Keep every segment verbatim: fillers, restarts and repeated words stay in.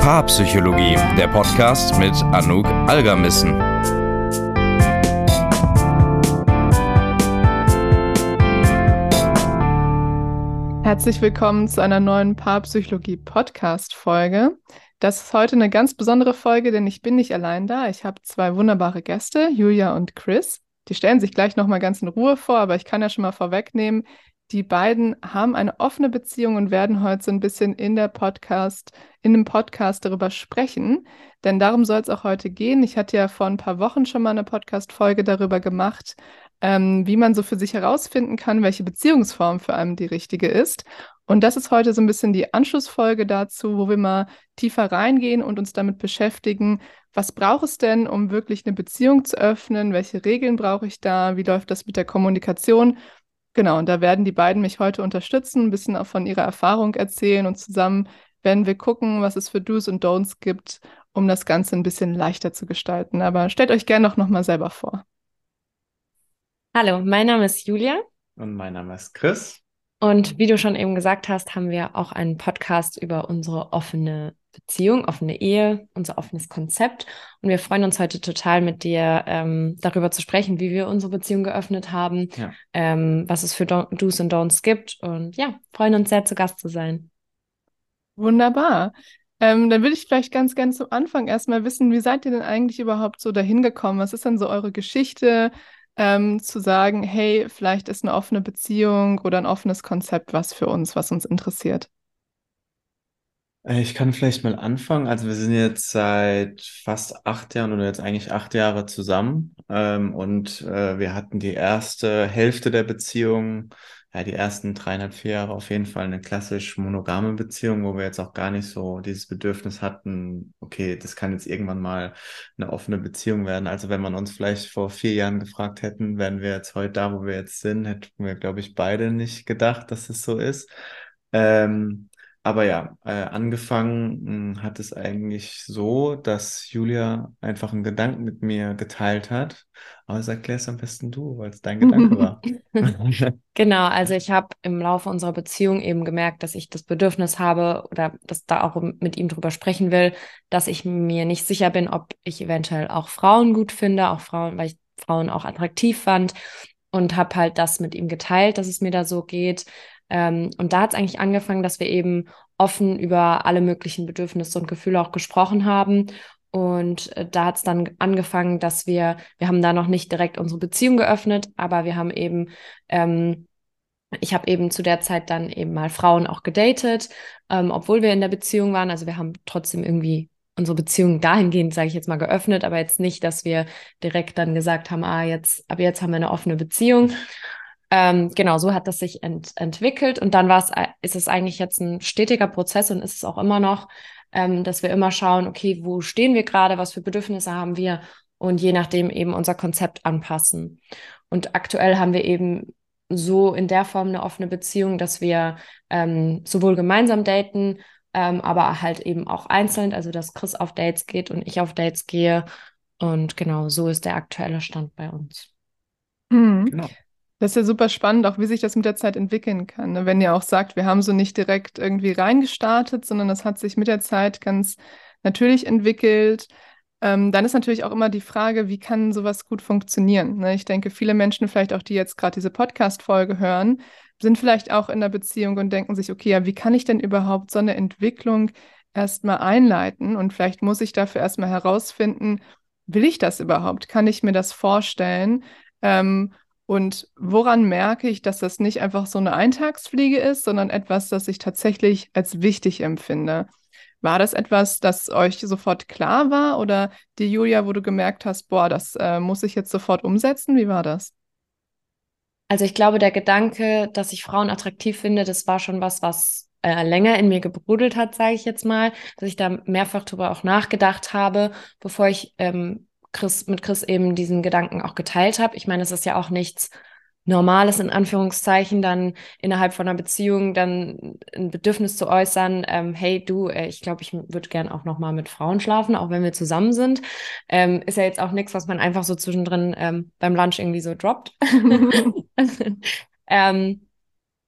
Paarpsychologie, der Podcast mit Anouk Algermissen. Herzlich willkommen zu einer neuen Paarpsychologie-Podcast-Folge. Das ist heute eine ganz besondere Folge, denn ich bin nicht allein da. Ich habe zwei wunderbare Gäste, Julia und Chris. Die stellen sich gleich nochmal ganz in Ruhe vor, aber ich kann ja schon mal vorwegnehmen, die beiden haben eine offene Beziehung und werden heute so ein bisschen in der Podcast, in dem Podcast darüber sprechen. Denn darum soll es auch heute gehen. Ich hatte ja vor ein paar Wochen schon mal eine Podcast-Folge darüber gemacht, ähm, wie man so für sich herausfinden kann, welche Beziehungsform für einen die richtige ist. Und das ist heute so ein bisschen die Anschlussfolge dazu, wo wir mal tiefer reingehen und uns damit beschäftigen, was braucht es denn, um wirklich eine Beziehung zu öffnen? Welche Regeln brauche ich da? Wie läuft das mit der Kommunikation? Genau, und da werden die beiden mich heute unterstützen, ein bisschen auch von ihrer Erfahrung erzählen und zusammen werden wir gucken, was es für Do's und Don'ts gibt, um das Ganze ein bisschen leichter zu gestalten. Aber stellt euch gerne doch nochmal selber vor. Hallo, mein Name ist Julia. Und mein Name ist Chris. Und wie du schon eben gesagt hast, haben wir auch einen Podcast über unsere offene Beziehung, offene Ehe, unser offenes Konzept. Und wir freuen uns heute total mit dir ähm, darüber zu sprechen, wie wir unsere Beziehung geöffnet haben, Ja. ähm, was es für Do- Do's und Don'ts gibt. Und ja, freuen uns sehr, zu Gast zu sein. Wunderbar. Ähm, dann würde ich vielleicht ganz gerne zum Anfang erstmal wissen, wie seid ihr denn eigentlich überhaupt so dahin gekommen? Was ist denn so eure Geschichte, ähm, zu sagen, hey, vielleicht ist eine offene Beziehung oder ein offenes Konzept was für uns, was uns interessiert? Äh, Ich kann vielleicht mal anfangen. Also wir sind jetzt seit fast acht Jahren oder jetzt eigentlich acht Jahre zusammen. Ähm, und äh, wir hatten die erste Hälfte der Beziehung, ja, die ersten dreieinhalb, vier Jahre auf jeden Fall eine klassisch monogame Beziehung, wo wir jetzt auch gar nicht so dieses Bedürfnis hatten, okay, das kann jetzt irgendwann mal eine offene Beziehung werden. Also wenn man uns vielleicht vor vier Jahren gefragt hätten, wären wir jetzt heute da, wo wir jetzt sind, hätten wir, glaube ich, beide nicht gedacht, dass es so ist. Ähm, Aber ja, äh, angefangen mh, hat es eigentlich so, dass Julia einfach einen Gedanken mit mir geteilt hat. Aber das erklärst am besten du, weil es dein Gedanke war. Genau, also ich habe im Laufe unserer Beziehung eben gemerkt, dass ich das Bedürfnis habe oder dass da auch mit ihm drüber sprechen will, dass ich mir nicht sicher bin, ob ich eventuell auch Frauen gut finde, auch Frauen, weil ich Frauen auch attraktiv fand und habe halt das mit ihm geteilt, dass es mir da so geht. Ähm, und da hat es eigentlich angefangen, dass wir eben offen über alle möglichen Bedürfnisse und Gefühle auch gesprochen haben. Und äh, da hat es dann angefangen, dass wir, wir haben da noch nicht direkt unsere Beziehung geöffnet, aber wir haben eben, ähm, ich habe eben zu der Zeit dann eben mal Frauen auch gedatet, ähm, obwohl wir in der Beziehung waren. Also wir haben trotzdem irgendwie unsere Beziehung dahingehend, sage ich jetzt mal, geöffnet, aber jetzt nicht, dass wir direkt dann gesagt haben, ah, jetzt, ab jetzt haben wir eine offene Beziehung. Ähm, genau, so hat das sich ent entwickelt und dann war es, ist es eigentlich jetzt ein stetiger Prozess und ist es auch immer noch, ähm, dass wir immer schauen, okay, wo stehen wir gerade, was für Bedürfnisse haben wir und je nachdem eben unser Konzept anpassen. Und aktuell haben wir eben so in der Form eine offene Beziehung, dass wir ähm, sowohl gemeinsam daten, ähm, aber halt eben auch einzeln, also dass Chris auf Dates geht und ich auf Dates gehe. Und genau, so ist der aktuelle Stand bei uns. Mhm. Genau. Das ist ja super spannend, auch wie sich das mit der Zeit entwickeln kann. Ne? Wenn ihr auch sagt, wir haben so nicht direkt irgendwie reingestartet, sondern das hat sich mit der Zeit ganz natürlich entwickelt. Ähm, dann ist natürlich auch immer die Frage, wie kann sowas gut funktionieren? Ne? Ich denke, viele Menschen, vielleicht auch die jetzt gerade diese Podcast-Folge hören, sind vielleicht auch in der Beziehung und denken sich, okay, ja, wie kann ich denn überhaupt so eine Entwicklung erstmal einleiten? Und vielleicht muss ich dafür erstmal herausfinden, will ich das überhaupt? Kann ich mir das vorstellen? Ähm, und woran merke ich, dass das nicht einfach so eine Eintagsfliege ist, sondern etwas, das ich tatsächlich als wichtig empfinde? War das etwas, das euch sofort klar war oder die Julia, wo du gemerkt hast, boah, das äh, muss ich jetzt sofort umsetzen? Wie war das? Also ich glaube, der Gedanke, dass ich Frauen attraktiv finde, das war schon was, was äh, länger in mir gebrodelt hat, sage ich jetzt mal, dass ich da mehrfach drüber auch nachgedacht habe, bevor ich ähm, Chris, mit Chris eben diesen Gedanken auch geteilt habe. Ich meine, es ist ja auch nichts Normales in Anführungszeichen, dann innerhalb von einer Beziehung dann ein Bedürfnis zu äußern, ähm, hey du, äh, ich glaube, ich würde gern auch noch mal mit Frauen schlafen, auch wenn wir zusammen sind. Ähm, ist ja jetzt auch nichts, was man einfach so zwischendrin ähm, beim Lunch irgendwie so droppt. ähm,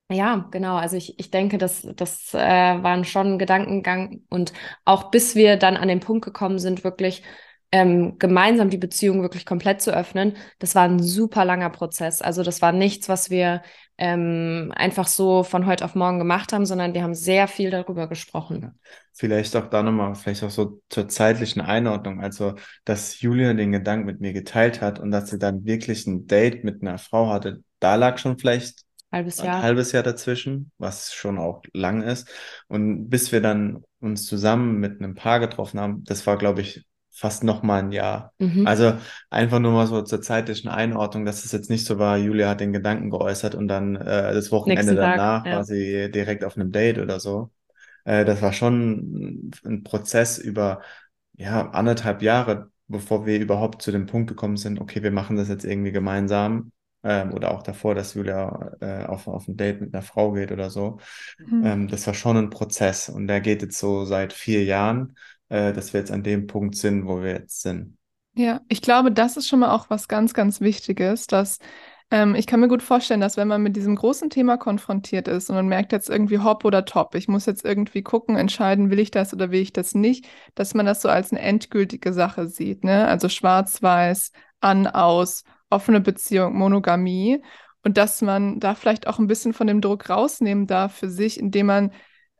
Ja, genau. Also ich, ich denke, das, das äh, war ein schon ein Gedankengang. Und auch bis wir dann an den Punkt gekommen sind, wirklich ähm, gemeinsam die Beziehung wirklich komplett zu öffnen, das war ein super langer Prozess. Also das war nichts, was wir ähm, einfach so von heute auf morgen gemacht haben, sondern wir haben sehr viel darüber gesprochen. Vielleicht auch da nochmal, vielleicht auch so zur zeitlichen Einordnung. Also, dass Julia den Gedanken mit mir geteilt hat und dass sie dann wirklich ein Date mit einer Frau hatte, da lag schon vielleicht Halbes ein Jahr. halbes Jahr dazwischen, was schon auch lang ist. Und bis wir dann uns zusammen mit einem Paar getroffen haben, das war, glaube ich, fast noch mal ein Jahr. Mhm. Also einfach nur mal so zur zeitlichen Einordnung, dass es jetzt nicht so war, Julia hat den Gedanken geäußert und dann äh, das Wochenende Nächsten Tag, danach war ja. sie direkt auf einem Date oder so. Äh, das war schon ein Prozess über ja, anderthalb Jahre, bevor wir überhaupt zu dem Punkt gekommen sind, okay, wir machen das jetzt irgendwie gemeinsam. Ähm, oder auch davor, dass Julia äh, auf, auf ein Date mit einer Frau geht oder so. Mhm. Ähm, das war schon ein Prozess und der geht jetzt so seit vier Jahren, äh, dass wir jetzt an dem Punkt sind, wo wir jetzt sind. Ja, ich glaube, das ist schon mal auch was ganz, ganz Wichtiges, dass ähm, ich kann mir gut vorstellen, dass wenn man mit diesem großen Thema konfrontiert ist und man merkt jetzt irgendwie hopp oder top, ich muss jetzt irgendwie gucken, entscheiden, will ich das oder will ich das nicht, dass man das so als eine endgültige Sache sieht, ne? Also schwarz-weiß, an, aus, offene Beziehung, Monogamie und dass man da vielleicht auch ein bisschen von dem Druck rausnehmen darf für sich, indem man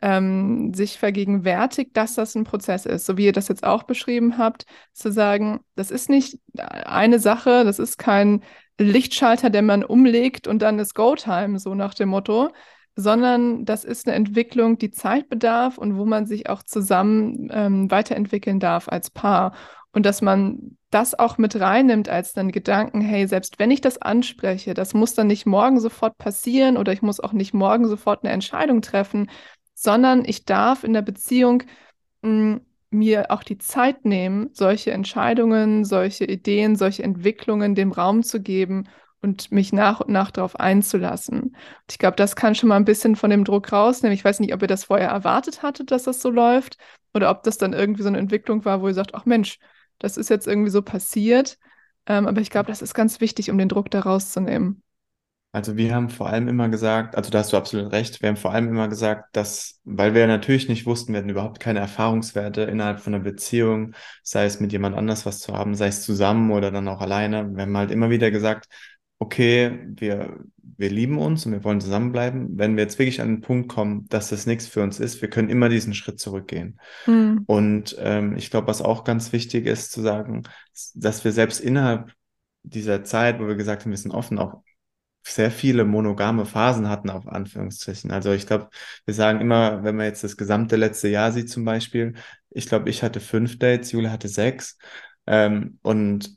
ähm, sich vergegenwärtigt, dass das ein Prozess ist, so wie ihr das jetzt auch beschrieben habt, zu sagen, das ist nicht eine Sache, das ist kein Lichtschalter, den man umlegt und dann ist Go-Time, so nach dem Motto, sondern das ist eine Entwicklung, die Zeit bedarf und wo man sich auch zusammen ähm, weiterentwickeln darf als Paar. Und dass man das auch mit reinnimmt als dann Gedanken, hey, selbst wenn ich das anspreche, das muss dann nicht morgen sofort passieren oder ich muss auch nicht morgen sofort eine Entscheidung treffen, sondern ich darf in der Beziehung mh, mir auch die Zeit nehmen, solche Entscheidungen, solche Ideen, solche Entwicklungen dem Raum zu geben und mich nach und nach darauf einzulassen. Und ich glaube, das kann schon mal ein bisschen von dem Druck rausnehmen. Ich weiß nicht, ob ihr das vorher erwartet hattet, dass das so läuft, oder ob das dann irgendwie so eine Entwicklung war, wo ihr sagt, ach Mensch, das ist jetzt irgendwie so passiert. Ähm, aber ich glaube, das ist ganz wichtig, um den Druck da rauszunehmen. Also wir haben vor allem immer gesagt, also da hast du absolut recht, wir haben vor allem immer gesagt, dass, weil wir natürlich nicht wussten, wir hatten überhaupt keine Erfahrungswerte innerhalb von einer Beziehung, sei es mit jemand anders was zu haben, sei es zusammen oder dann auch alleine. Wir haben halt immer wieder gesagt, okay, wir, wir lieben uns und wir wollen zusammenbleiben. Wenn wir jetzt wirklich an den Punkt kommen, dass das nichts für uns ist, wir können immer diesen Schritt zurückgehen. Hm. Und ähm, ich glaube, was auch ganz wichtig ist zu sagen, dass wir selbst innerhalb dieser Zeit, wo wir gesagt haben, wir sind offen, auch sehr viele monogame Phasen hatten, auf Anführungsstrichen. Also ich glaube, wir sagen immer, wenn man jetzt das gesamte letzte Jahr sieht zum Beispiel, ich glaube, ich hatte fünf Dates, Jule hatte sechs. Ähm, und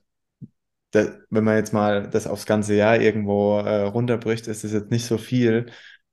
da, wenn man jetzt mal das aufs ganze Jahr irgendwo äh, runterbricht, ist es jetzt nicht so viel.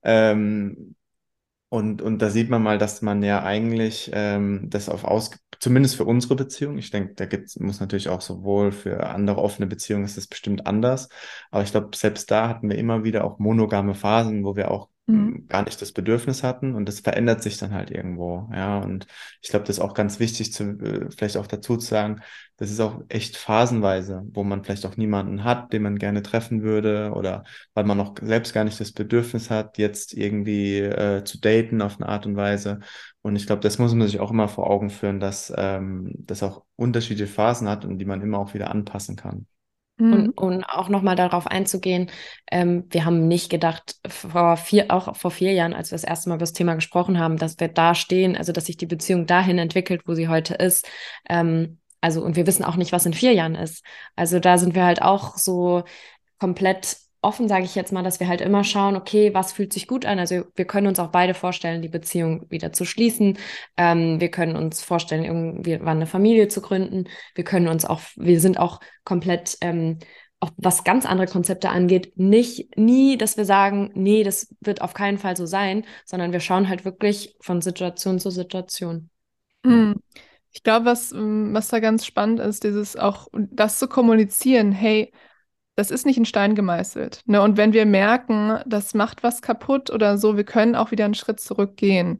Ähm, und, und da sieht man mal, dass man ja eigentlich ähm, das auf aus, zumindest für unsere Beziehung, ich denke, da gibt's, muss natürlich auch sowohl für andere offene Beziehungen ist es bestimmt anders. Aber ich glaube, selbst da hatten wir immer wieder auch monogame Phasen, wo wir auch Hm. mh, gar nicht das Bedürfnis hatten und das verändert sich dann halt irgendwo. Ja, und ich glaube, das ist auch ganz wichtig zu, äh, vielleicht auch dazu zu sagen, das ist auch echt phasenweise, wo man vielleicht auch niemanden hat, den man gerne treffen würde oder weil man auch selbst gar nicht das Bedürfnis hat, jetzt irgendwie äh, zu daten auf eine Art und Weise. Und ich glaube, das muss man sich auch immer vor Augen führen, dass ähm, das auch unterschiedliche Phasen hat und die man immer auch wieder anpassen kann. Hm. Und, und auch nochmal darauf einzugehen, ähm, wir haben nicht gedacht, vor vier, auch vor vier Jahren, als wir das erste Mal über das Thema gesprochen haben, dass wir da stehen, also dass sich die Beziehung dahin entwickelt, wo sie heute ist. Ähm, also, und wir wissen auch nicht, was in vier Jahren ist. Also da sind wir halt auch so komplett offen, sage ich jetzt mal, dass wir halt immer schauen, okay, was fühlt sich gut an? Also wir können uns auch beide vorstellen, die Beziehung wieder zu schließen. Ähm, wir können uns vorstellen, irgendwie wann eine Familie zu gründen. Wir können uns auch, wir sind auch komplett, ähm, auch was ganz andere Konzepte angeht, nicht nie, dass wir sagen, nee, das wird auf keinen Fall so sein, sondern wir schauen halt wirklich von Situation zu Situation. Ja. Hm. Ich glaube, was, ähm, was da ganz spannend ist, dieses auch das zu kommunizieren, hey, das ist nicht in Stein gemeißelt. Ne? Und wenn wir merken, das macht was kaputt oder so, wir können auch wieder einen Schritt zurückgehen.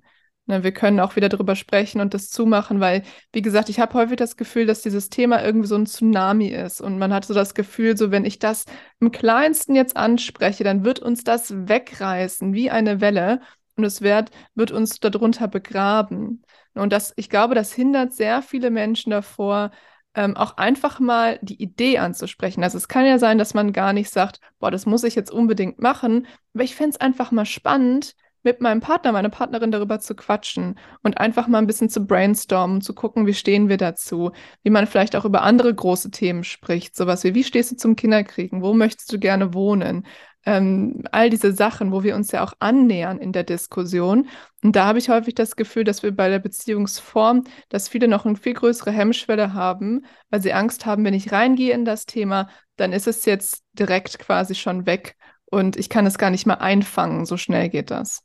Ne, wir können auch wieder drüber sprechen und das zumachen, weil, wie gesagt, ich habe häufig das Gefühl, dass dieses Thema irgendwie so ein Tsunami ist. Und man hat so das Gefühl, so wenn ich das im Kleinsten jetzt anspreche, dann wird uns das wegreißen wie eine Welle und es wird, wird uns darunter begraben. Und das, ich glaube, das hindert sehr viele Menschen davor, ähm, auch einfach mal die Idee anzusprechen. Also es kann ja sein, dass man gar nicht sagt, boah, das muss ich jetzt unbedingt machen, aber ich fände es einfach mal spannend, mit meinem Partner, meiner Partnerin darüber zu quatschen und einfach mal ein bisschen zu brainstormen, zu gucken, wie stehen wir dazu, wie man vielleicht auch über andere große Themen spricht, sowas wie, wie stehst du zum Kinderkriegen, wo möchtest du gerne wohnen, ähm, all diese Sachen, wo wir uns ja auch annähern in der Diskussion. Und da habe ich häufig das Gefühl, dass wir bei der Beziehungsform, dass viele noch eine viel größere Hemmschwelle haben, weil sie Angst haben, wenn ich reingehe in das Thema, dann ist es jetzt direkt quasi schon weg und ich kann es gar nicht mehr einfangen, so schnell geht das.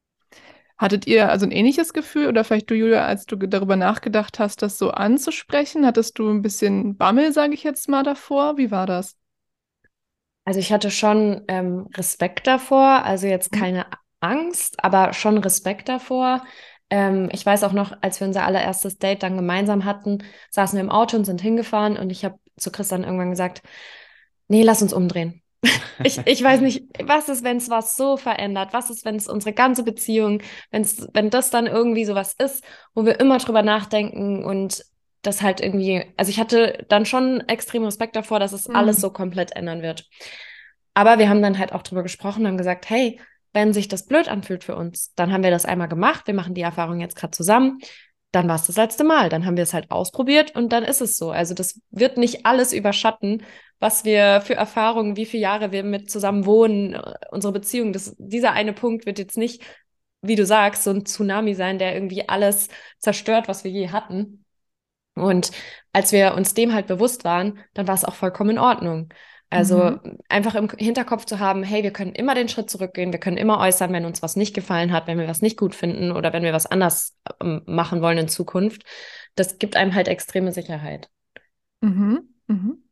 Hattet ihr also ein ähnliches Gefühl oder vielleicht du, Julia, als du darüber nachgedacht hast, das so anzusprechen? Hattest du ein bisschen Bammel, sage ich jetzt mal, davor? Wie war das? Also ich hatte schon ähm, Respekt davor, also jetzt Mhm. keine Angst, aber schon Respekt davor. Ähm, ich weiß auch noch, als wir unser allererstes Date dann gemeinsam hatten, saßen wir im Auto und sind hingefahren und ich habe zu Christian irgendwann gesagt, nee, lass uns umdrehen. Ich, ich weiß nicht, was ist, wenn es was so verändert? Was ist, wenn es unsere ganze Beziehung, wenn's, wenn das dann irgendwie sowas ist, wo wir immer drüber nachdenken und das halt irgendwie, also ich hatte dann schon extrem Respekt davor, dass es alles Mhm. so komplett ändern wird. Aber wir haben dann halt auch drüber gesprochen, haben gesagt, hey, wenn sich das blöd anfühlt für uns, dann haben wir das einmal gemacht, wir machen die Erfahrung jetzt gerade zusammen, dann war es das letzte Mal, dann haben wir es halt ausprobiert und dann ist es so. Also das wird nicht alles überschatten, was wir für Erfahrungen, wie viele Jahre wir mit zusammen wohnen, äh, unsere Beziehung, das, dieser eine Punkt wird jetzt nicht, wie du sagst, so ein Tsunami sein, der irgendwie alles zerstört, was wir je hatten. Und als wir uns dem halt bewusst waren, dann war es auch vollkommen in Ordnung. Also Mhm. einfach im Hinterkopf zu haben, hey, wir können immer den Schritt zurückgehen, wir können immer äußern, wenn uns was nicht gefallen hat, wenn wir was nicht gut finden oder wenn wir was anders ähm, machen wollen in Zukunft. Das gibt einem halt extreme Sicherheit. Mhm. Mhm.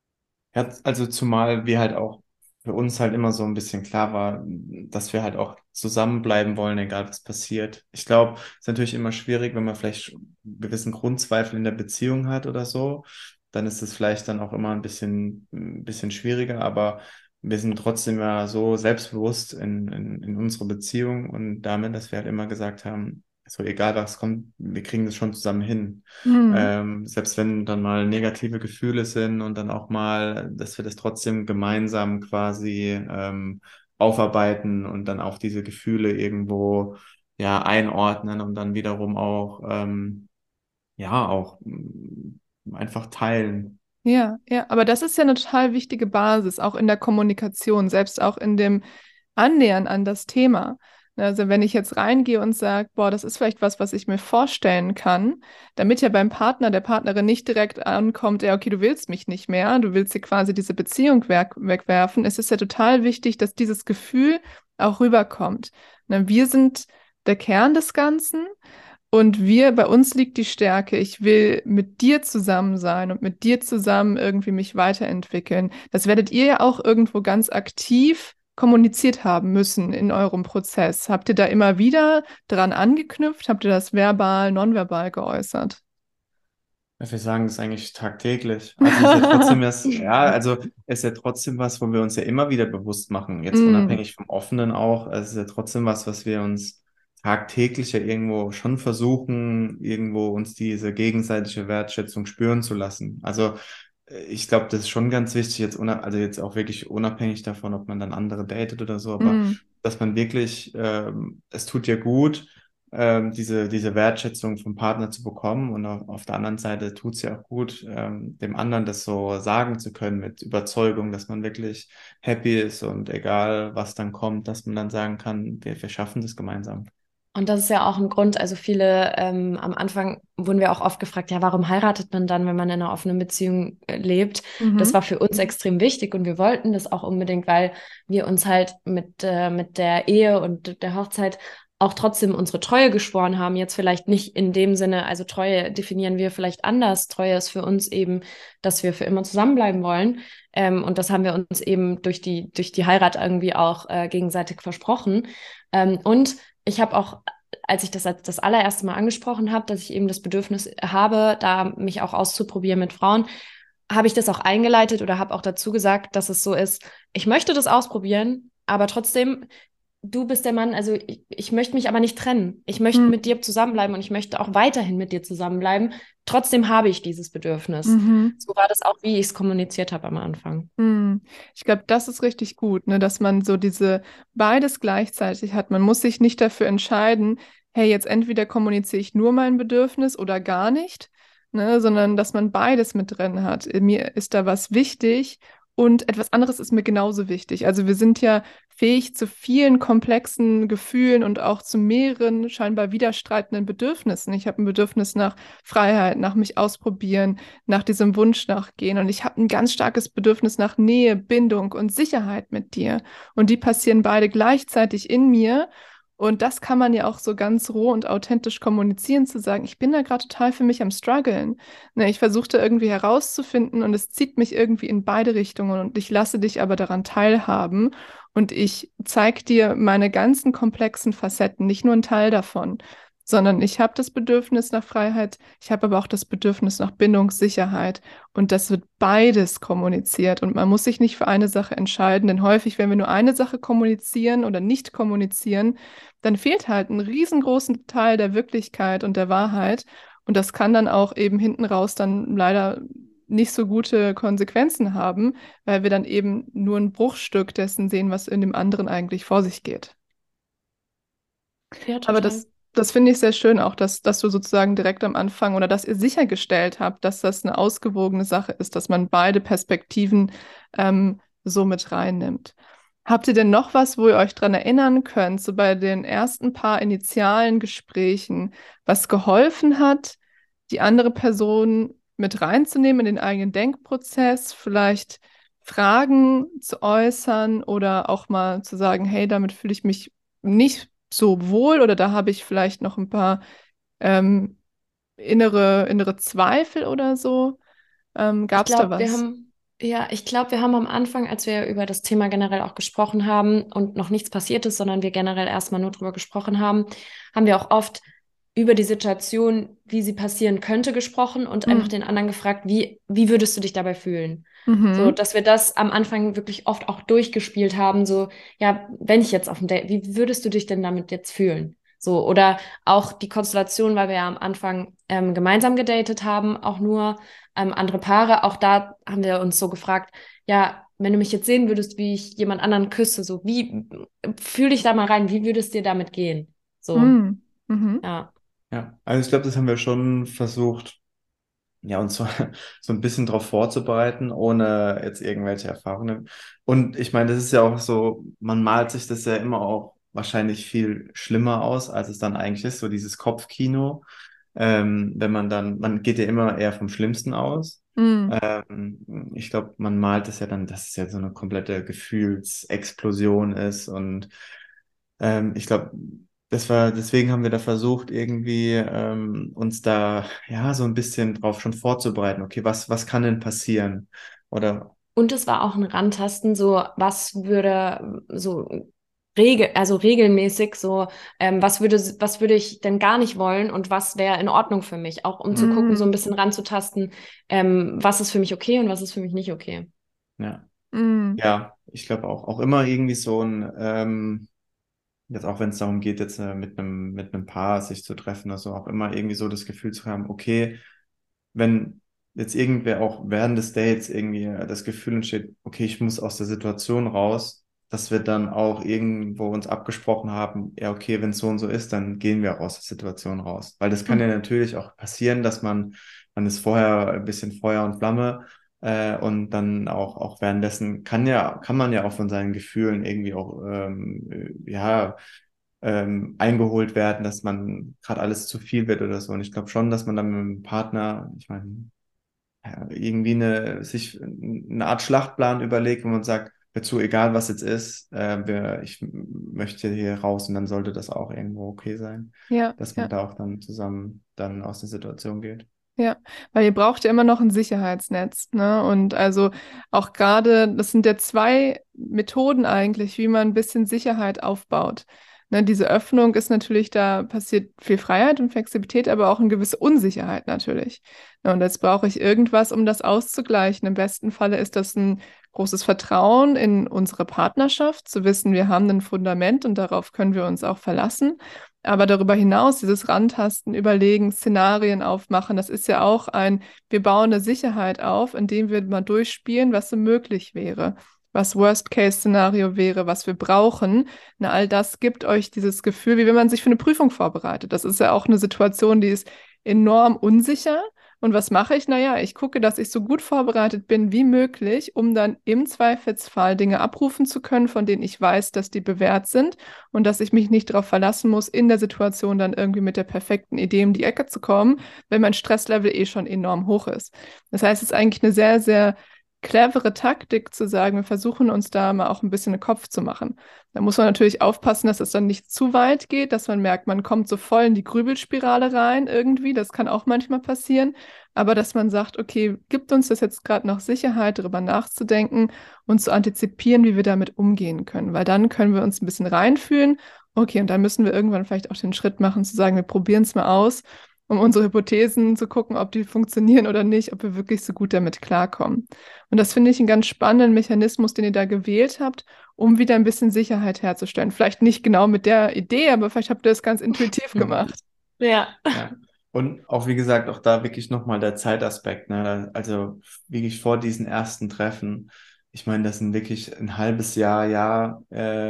Ja, also zumal wir halt auch für uns halt immer so ein bisschen klar war, dass wir halt auch zusammenbleiben wollen, egal was passiert. Ich glaube, es ist natürlich immer schwierig, wenn man vielleicht einen gewissen Grundzweifel in der Beziehung hat oder so, dann ist es vielleicht dann auch immer ein bisschen, ein bisschen schwieriger, aber wir sind trotzdem ja so selbstbewusst in, in, in unserer Beziehung und damit, dass wir halt immer gesagt haben, so egal was kommt, wir kriegen das schon zusammen hin. Mhm. Ähm, selbst wenn dann mal negative Gefühle sind und dann auch mal, dass wir das trotzdem gemeinsam quasi ähm, aufarbeiten und dann auch diese Gefühle irgendwo ja einordnen und dann wiederum auch ähm, ja auch mm, einfach teilen. Ja, ja, aber das ist ja eine total wichtige Basis, auch in der Kommunikation, selbst auch in dem Annähern an das Thema. Also wenn ich jetzt reingehe und sage, boah, das ist vielleicht was, was ich mir vorstellen kann, damit ja beim Partner, der Partnerin nicht direkt ankommt, ja, okay, du willst mich nicht mehr, du willst hier quasi diese Beziehung weg wegwerfen, es ist ja total wichtig, dass dieses Gefühl auch rüberkommt. Na, wir sind der Kern des Ganzen. Und wir, bei uns liegt die Stärke. Ich will mit dir zusammen sein und mit dir zusammen irgendwie mich weiterentwickeln. Das werdet ihr ja auch irgendwo ganz aktiv kommuniziert haben müssen in eurem Prozess. Habt ihr da immer wieder dran angeknüpft? Habt ihr das verbal, nonverbal geäußert? Ja, wir sagen das eigentlich tagtäglich. Also es ist ja trotzdem was, ja, also es ist ja trotzdem was, wo wir uns ja immer wieder bewusst machen, jetzt Mm, unabhängig vom Offenen auch. Es ist ja trotzdem was, was wir uns tagtäglich ja irgendwo schon versuchen, irgendwo uns diese gegenseitige Wertschätzung spüren zu lassen. Also äh, ich glaube, das ist schon ganz wichtig, jetzt unab also jetzt auch wirklich unabhängig davon, ob man dann andere datet oder so, aber mm. dass man wirklich, ähm, es tut ja gut, ähm, diese, diese Wertschätzung vom Partner zu bekommen. Und auf, auf der anderen Seite tut es ja auch gut, ähm, dem anderen das so sagen zu können mit Überzeugung, dass man wirklich happy ist und egal was dann kommt, dass man dann sagen kann, wir, wir schaffen das gemeinsam. Und das ist ja auch ein Grund, also viele, ähm, am Anfang wurden wir auch oft gefragt, ja, warum heiratet man dann, wenn man in einer offenen Beziehung äh, lebt? Das Mhm. war für uns extrem wichtig und wir wollten das auch unbedingt, weil wir uns halt mit, äh, mit der Ehe und der Hochzeit auch trotzdem unsere Treue geschworen haben. Jetzt vielleicht nicht in dem Sinne, also Treue definieren wir vielleicht anders. Treue ist für uns eben, dass wir für immer zusammenbleiben wollen. Ähm, und das haben wir uns eben durch die, durch die Heirat irgendwie auch äh, gegenseitig versprochen. Ähm, und ich habe auch als ich das als das allererste Mal angesprochen habe, dass ich eben das Bedürfnis habe, da mich auch auszuprobieren mit Frauen, habe ich das auch eingeleitet oder habe auch dazu gesagt, dass es so ist, ich möchte das ausprobieren, aber trotzdem, du bist der Mann, also ich, ich möchte mich aber nicht trennen. Ich möchte Mhm. mit dir zusammenbleiben und ich möchte auch weiterhin mit dir zusammenbleiben. Trotzdem habe ich dieses Bedürfnis. Mhm. So war das auch, wie ich es kommuniziert habe am Anfang. Hm. Ich glaube, das ist richtig gut, ne, dass man so diese beides gleichzeitig hat. Man muss sich nicht dafür entscheiden, hey, jetzt entweder kommuniziere ich nur mein Bedürfnis oder gar nicht, ne, sondern dass man beides mit drin hat. Mir ist da was wichtig und etwas anderes ist mir genauso wichtig. Also wir sind ja fähig zu vielen komplexen Gefühlen und auch zu mehreren scheinbar widerstreitenden Bedürfnissen. Ich habe ein Bedürfnis nach Freiheit, nach mich ausprobieren, nach diesem Wunsch nachgehen. Und ich habe ein ganz starkes Bedürfnis nach Nähe, Bindung und Sicherheit mit dir. Und die passieren beide gleichzeitig in mir. Und das kann man ja auch so ganz roh und authentisch kommunizieren, zu sagen, ich bin da gerade total für mich am struggeln. Ne, ich versuchte irgendwie herauszufinden und es zieht mich irgendwie in beide Richtungen und ich lasse dich aber daran teilhaben und ich zeige dir meine ganzen komplexen Facetten, nicht nur einen Teil davon, sondern ich habe das Bedürfnis nach Freiheit, ich habe aber auch das Bedürfnis nach Bindungssicherheit und das wird beides kommuniziert und man muss sich nicht für eine Sache entscheiden, denn häufig, wenn wir nur eine Sache kommunizieren oder nicht kommunizieren, dann fehlt halt ein riesengroßen Teil der Wirklichkeit und der Wahrheit und das kann dann auch eben hinten raus dann leider nicht so gute Konsequenzen haben, weil wir dann eben nur ein Bruchstück dessen sehen, was in dem anderen eigentlich vor sich geht. Ja, Aber total. das, das finde ich sehr schön auch, dass, dass du sozusagen direkt am Anfang oder dass ihr sichergestellt habt, dass das eine ausgewogene Sache ist, dass man beide Perspektiven ähm, so mit reinnimmt. Habt ihr denn noch was, wo ihr euch dran erinnern könnt, so bei den ersten paar initialen Gesprächen, was geholfen hat, die andere Person mit reinzunehmen in den eigenen Denkprozess, vielleicht Fragen zu äußern oder auch mal zu sagen, hey, damit fühle ich mich nicht so wohl oder da habe ich vielleicht noch ein paar ähm, innere, innere Zweifel oder so. Ähm, Ich gab es da glaube, wir was? haben, ja, ich glaube, wir haben am Anfang, als wir über das Thema generell auch gesprochen haben und noch nichts passiert ist, sondern wir generell erstmal nur drüber gesprochen haben, haben wir auch oft über die Situation, wie sie passieren könnte, gesprochen und einfach Hm. den anderen gefragt, wie, wie würdest du dich dabei fühlen? So, Mhm. dass wir das am Anfang wirklich oft auch durchgespielt haben, so, ja, wenn ich jetzt auf dem Date, wie würdest du dich denn damit jetzt fühlen? So, oder auch die Konstellation, weil wir ja am Anfang ähm, gemeinsam gedatet haben, auch nur ähm, andere Paare, auch da haben wir uns so gefragt, ja, wenn du mich jetzt sehen würdest, wie ich jemand anderen küsse, so, wie, fühl dich da mal rein, wie würde es dir damit gehen? So, Hm. Mhm. ja. Ja, also ich glaube, das haben wir schon versucht, ja, uns so, so ein bisschen darauf vorzubereiten, ohne jetzt irgendwelche Erfahrungen. Und ich meine, das ist ja auch so, man malt sich das ja immer auch wahrscheinlich viel schlimmer aus, als es dann eigentlich ist, so dieses Kopfkino. Ähm, wenn man dann, man geht ja immer eher vom Schlimmsten aus. Hm. Ähm, ich glaube, man malt es ja dann, dass es ja so eine komplette Gefühlsexplosion ist und ähm, ich glaube, das war, deswegen haben wir da versucht, irgendwie ähm, uns da ja so ein bisschen drauf schon vorzubereiten. Okay, was, was kann denn passieren? Oder Und es war auch ein Rantasten, so was würde so regel, also regelmäßig so, ähm, was würde, was würde ich denn gar nicht wollen und was wäre in Ordnung für mich, auch um zu gucken, so ein Hm. bisschen ranzutasten, ähm, was ist für mich okay und was ist für mich nicht okay. ja, Hm. ja, ich glaube auch, auch immer irgendwie so ein, ähm, jetzt auch wenn es darum geht, jetzt äh, mit einem, mit einem Paar sich zu treffen, also auch immer irgendwie so das Gefühl zu haben, okay, wenn jetzt irgendwer auch während des Dates irgendwie äh, das Gefühl entsteht, okay, ich muss aus der Situation raus, dass wir dann auch irgendwo uns abgesprochen haben, ja, okay, wenn es so und so ist, dann gehen wir auch aus der Situation raus. Weil das kann ja natürlich auch passieren, dass man, man ist vorher ein bisschen Feuer und Flamme äh, und dann auch, auch währenddessen kann ja, kann man ja auch von seinen Gefühlen irgendwie auch, ähm, äh, ja, ähm, eingeholt werden, dass man gerade alles zu viel wird oder so. Und ich glaube schon, dass man dann mit dem Partner, ich meine, ja, irgendwie eine, sich eine Art Schlachtplan überlegt, wo man sagt, hör zu, egal was jetzt ist, äh, wir, ich möchte hier raus und dann sollte das auch irgendwo okay sein, Ja, dass man ja. da auch dann zusammen dann aus der Situation geht. Ja, weil ihr braucht ja immer noch ein Sicherheitsnetz, ne? Und also auch gerade, das sind ja zwei Methoden eigentlich, wie man ein bisschen Sicherheit aufbaut. Ne, diese Öffnung ist natürlich, da passiert viel Freiheit und Flexibilität, aber auch eine gewisse Unsicherheit natürlich. Ne, und jetzt brauche ich irgendwas, um das auszugleichen. Im besten Falle ist das ein großes Vertrauen in unsere Partnerschaft, zu wissen, wir haben ein Fundament und darauf können wir uns auch verlassen. Aber darüber hinaus, dieses Rantasten, Überlegen, Szenarien aufmachen, das ist ja auch ein, wir bauen eine Sicherheit auf, indem wir mal durchspielen, was so möglich wäre, was Worst-Case-Szenario wäre, was wir brauchen. Na, all das gibt euch dieses Gefühl, wie wenn man sich für eine Prüfung vorbereitet. Das ist ja auch eine Situation, die ist enorm unsicher. Und was mache ich? Naja, ich gucke, dass ich so gut vorbereitet bin wie möglich, um dann im Zweifelsfall Dinge abrufen zu können, von denen ich weiß, dass die bewährt sind und dass ich mich nicht darauf verlassen muss, in der Situation dann irgendwie mit der perfekten Idee um die Ecke zu kommen, wenn mein Stresslevel eh schon enorm hoch ist. Das heißt, es ist eigentlich eine sehr, sehr clevere Taktik zu sagen, wir versuchen uns da mal auch ein bisschen den Kopf zu machen. Da muss man natürlich aufpassen, dass es dann nicht zu weit geht, dass man merkt, man kommt so voll in die Grübelspirale rein irgendwie. Das kann auch manchmal passieren. Aber dass man sagt, okay, gibt uns das jetzt gerade noch Sicherheit, darüber nachzudenken und zu antizipieren, wie wir damit umgehen können. Weil dann können wir uns ein bisschen reinfühlen. Okay, und dann müssen wir irgendwann vielleicht auch den Schritt machen, zu sagen, wir probieren es mal aus, um unsere Hypothesen zu gucken, ob die funktionieren oder nicht, ob wir wirklich so gut damit klarkommen. Und das finde ich einen ganz spannenden Mechanismus, den ihr da gewählt habt, um wieder ein bisschen Sicherheit herzustellen. Vielleicht nicht genau mit der Idee, aber vielleicht habt ihr das ganz intuitiv gemacht. Ja. Ja. Und auch, wie gesagt, auch da wirklich nochmal der Zeitaspekt, ne? Da- Also wirklich vor diesen ersten Treffen. Ich meine, das sind wirklich ein halbes Jahr, Jahr,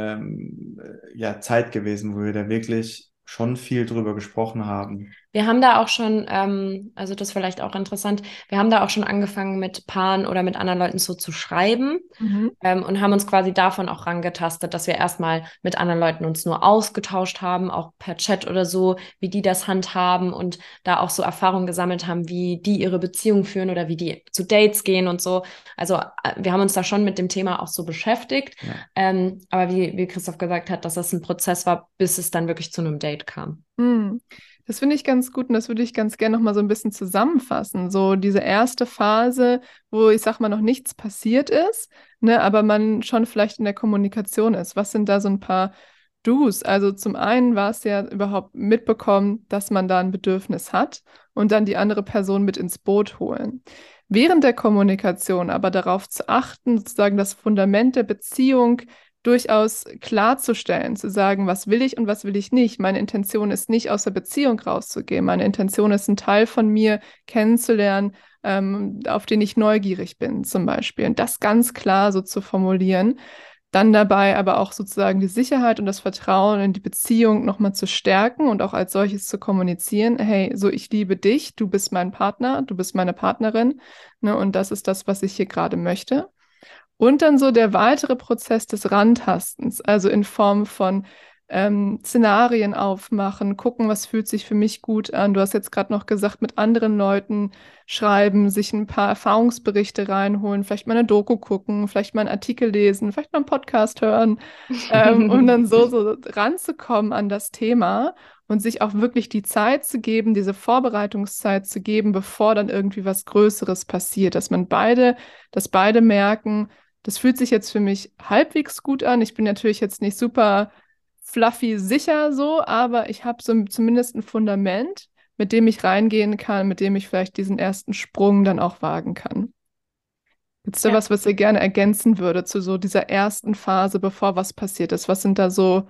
ähm, äh, ja, Zeit gewesen, wo wir da wirklich schon viel drüber gesprochen haben. Wir haben da auch schon, ähm, also das ist vielleicht auch interessant, wir haben da auch schon angefangen mit Paaren oder mit anderen Leuten so zu schreiben Mhm. ähm, und haben uns quasi davon auch rangetastet, dass wir erstmal mit anderen Leuten uns nur ausgetauscht haben, auch per Chat oder so, wie die das handhaben und da auch so Erfahrungen gesammelt haben, wie die ihre Beziehung führen oder wie die zu Dates gehen und so. Also äh, wir haben uns da schon mit dem Thema auch so beschäftigt, Ja. ähm, aber wie, wie Christoph gesagt hat, dass das ein Prozess war, bis es dann wirklich zu einem Date kam. Hm. Das finde ich ganz gut und das würde ich ganz gerne noch mal so ein bisschen zusammenfassen. So diese erste Phase, wo ich sag mal noch nichts passiert ist, ne, aber man schon vielleicht in der Kommunikation ist. Was sind da so ein paar Do's? Also zum einen war es ja überhaupt mitbekommen, dass man da ein Bedürfnis hat und dann die andere Person mit ins Boot holen. Während der Kommunikation aber darauf zu achten, sozusagen das Fundament der Beziehung durchaus klarzustellen, zu sagen, was will ich und was will ich nicht. Meine Intention ist nicht, aus der Beziehung rauszugehen. Meine Intention ist, einen Teil von mir kennenzulernen, ähm, auf den ich neugierig bin, zum Beispiel. Und das ganz klar so zu formulieren. Dann dabei aber auch sozusagen die Sicherheit und das Vertrauen in die Beziehung nochmal zu stärken und auch als solches zu kommunizieren. Hey, so ich liebe dich, du bist mein Partner, du bist meine Partnerin, ne, und das ist das, was ich hier gerade möchte. Und dann so der weitere Prozess des Rantastens, also in Form von ähm, Szenarien aufmachen, gucken, was fühlt sich für mich gut an. Du hast jetzt gerade noch gesagt, mit anderen Leuten schreiben, sich ein paar Erfahrungsberichte reinholen, vielleicht mal eine Doku gucken, vielleicht mal einen Artikel lesen, vielleicht mal einen Podcast hören, ähm, um dann so, so ranzukommen an das Thema und sich auch wirklich die Zeit zu geben, diese Vorbereitungszeit zu geben, bevor dann irgendwie was Größeres passiert, dass man beide, dass beide merken, das fühlt sich jetzt für mich halbwegs gut an. Ich bin natürlich jetzt nicht super fluffy sicher so, aber ich habe so zumindest ein Fundament, mit dem ich reingehen kann, mit dem ich vielleicht diesen ersten Sprung dann auch wagen kann. Gibt es da Ja. was, was ihr gerne ergänzen würde zu so dieser ersten Phase, bevor was passiert ist? Was sind da so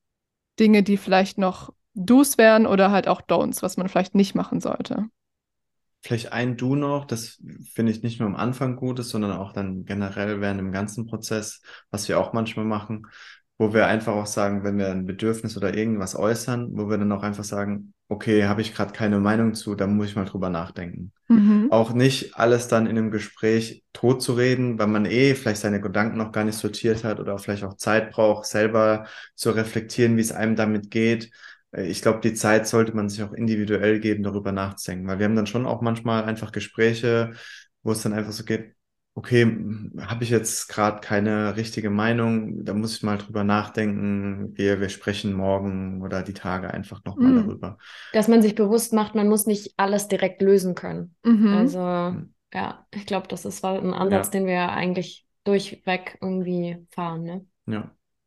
Dinge, die vielleicht noch Do's wären oder halt auch Don'ts, was man vielleicht nicht machen sollte? Vielleicht ein Du noch, das finde ich nicht nur am Anfang gut ist, sondern auch dann generell während dem ganzen Prozess, was wir auch manchmal machen, wo wir einfach auch sagen, wenn wir ein Bedürfnis oder irgendwas äußern, wo wir dann auch einfach sagen, okay, habe ich gerade keine Meinung zu, da muss ich mal drüber nachdenken. Mhm. Auch nicht alles dann in einem Gespräch tot zu reden, weil man eh vielleicht seine Gedanken noch gar nicht sortiert hat oder vielleicht auch Zeit braucht, selber zu reflektieren, wie es einem damit geht. Ich glaube, die Zeit sollte man sich auch individuell geben, darüber nachzudenken, weil wir haben dann schon auch manchmal einfach Gespräche, wo es dann einfach so geht, okay, habe ich jetzt gerade keine richtige Meinung, da muss ich mal drüber nachdenken, wir, wir sprechen morgen oder die Tage einfach nochmal Mhm. darüber. Dass man sich bewusst macht, man muss nicht alles direkt lösen können. Mhm. Also ja, ich glaube, das ist ein Ansatz, Ja. den wir eigentlich durchweg irgendwie fahren, ne? Ja.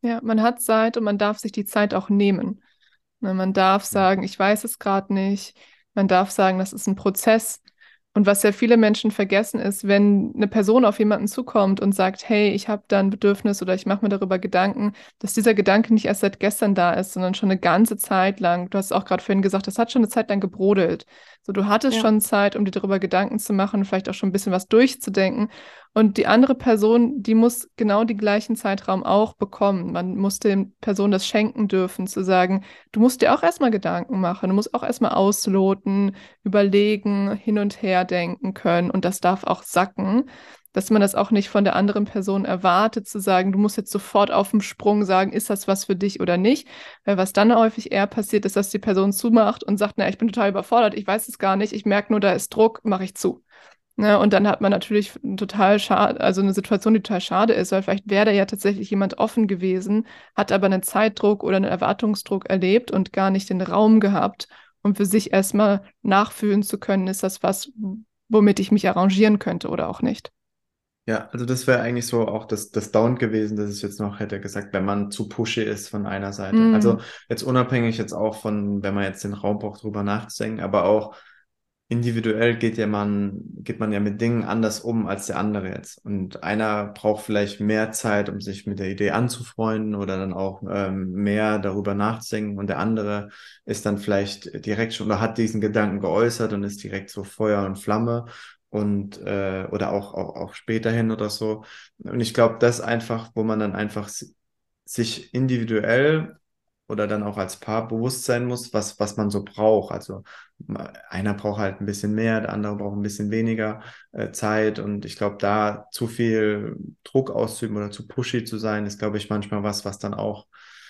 Ja, man hat Zeit und man darf sich die Zeit auch nehmen. Ne, man darf sagen, ich weiß es gerade nicht. Man darf sagen, das ist ein Prozess. Und was ja viele Menschen vergessen ist, wenn eine Person auf jemanden zukommt und sagt, hey, ich habe da ein Bedürfnis oder ich mache mir darüber Gedanken, dass dieser Gedanke nicht erst seit gestern da ist, sondern schon eine ganze Zeit lang. Du hast auch gerade vorhin gesagt, das hat schon eine Zeit lang gebrodelt. So, du hattest Ja. schon Zeit, um dir darüber Gedanken zu machen, vielleicht auch schon ein bisschen was durchzudenken. Und die andere Person, die muss genau den gleichen Zeitraum auch bekommen. Man muss der Person das schenken dürfen, zu sagen, du musst dir auch erstmal Gedanken machen, du musst auch erstmal ausloten, überlegen, hin und her denken können. Und das darf auch sacken, dass man das auch nicht von der anderen Person erwartet, zu sagen, du musst jetzt sofort auf dem Sprung sagen, ist das was für dich oder nicht? Weil was dann häufig eher passiert, ist, dass die Person zumacht und sagt, na, ich bin total überfordert, ich weiß es gar nicht, ich merke nur, da ist Druck, mache ich zu. Ne, und dann hat man natürlich total schade, also eine Situation, die total schade ist, weil vielleicht wäre da ja tatsächlich jemand offen gewesen, hat aber einen Zeitdruck oder einen Erwartungsdruck erlebt und gar nicht den Raum gehabt, um für sich erstmal nachfühlen zu können, ist das was, womit ich mich arrangieren könnte oder auch nicht. Ja, also das wäre eigentlich so auch das, das Down gewesen, dass ich jetzt noch hätte gesagt, wenn man zu pushy ist von einer Seite. Also Mm, jetzt unabhängig jetzt auch von, wenn man jetzt den Raum braucht, drüber nachzudenken, aber auch individuell geht ja man, geht man ja mit Dingen anders um als der andere jetzt. Und einer braucht vielleicht mehr Zeit, um sich mit der Idee anzufreunden oder dann auch ähm, mehr darüber nachzudenken. Und der andere ist dann vielleicht direkt schon oder hat diesen Gedanken geäußert und ist direkt so Feuer und Flamme und äh, oder auch, auch, auch später hin oder so. Und ich glaube, das einfach, wo man dann einfach si- sich individuell oder dann auch als Paar bewusst sein muss, was, was man so braucht. Also einer braucht halt ein bisschen mehr, der andere braucht ein bisschen weniger äh, Zeit. Und ich glaube, da zu viel Druck auszuüben oder zu pushy zu sein, ist, glaube ich, manchmal was, was dann auch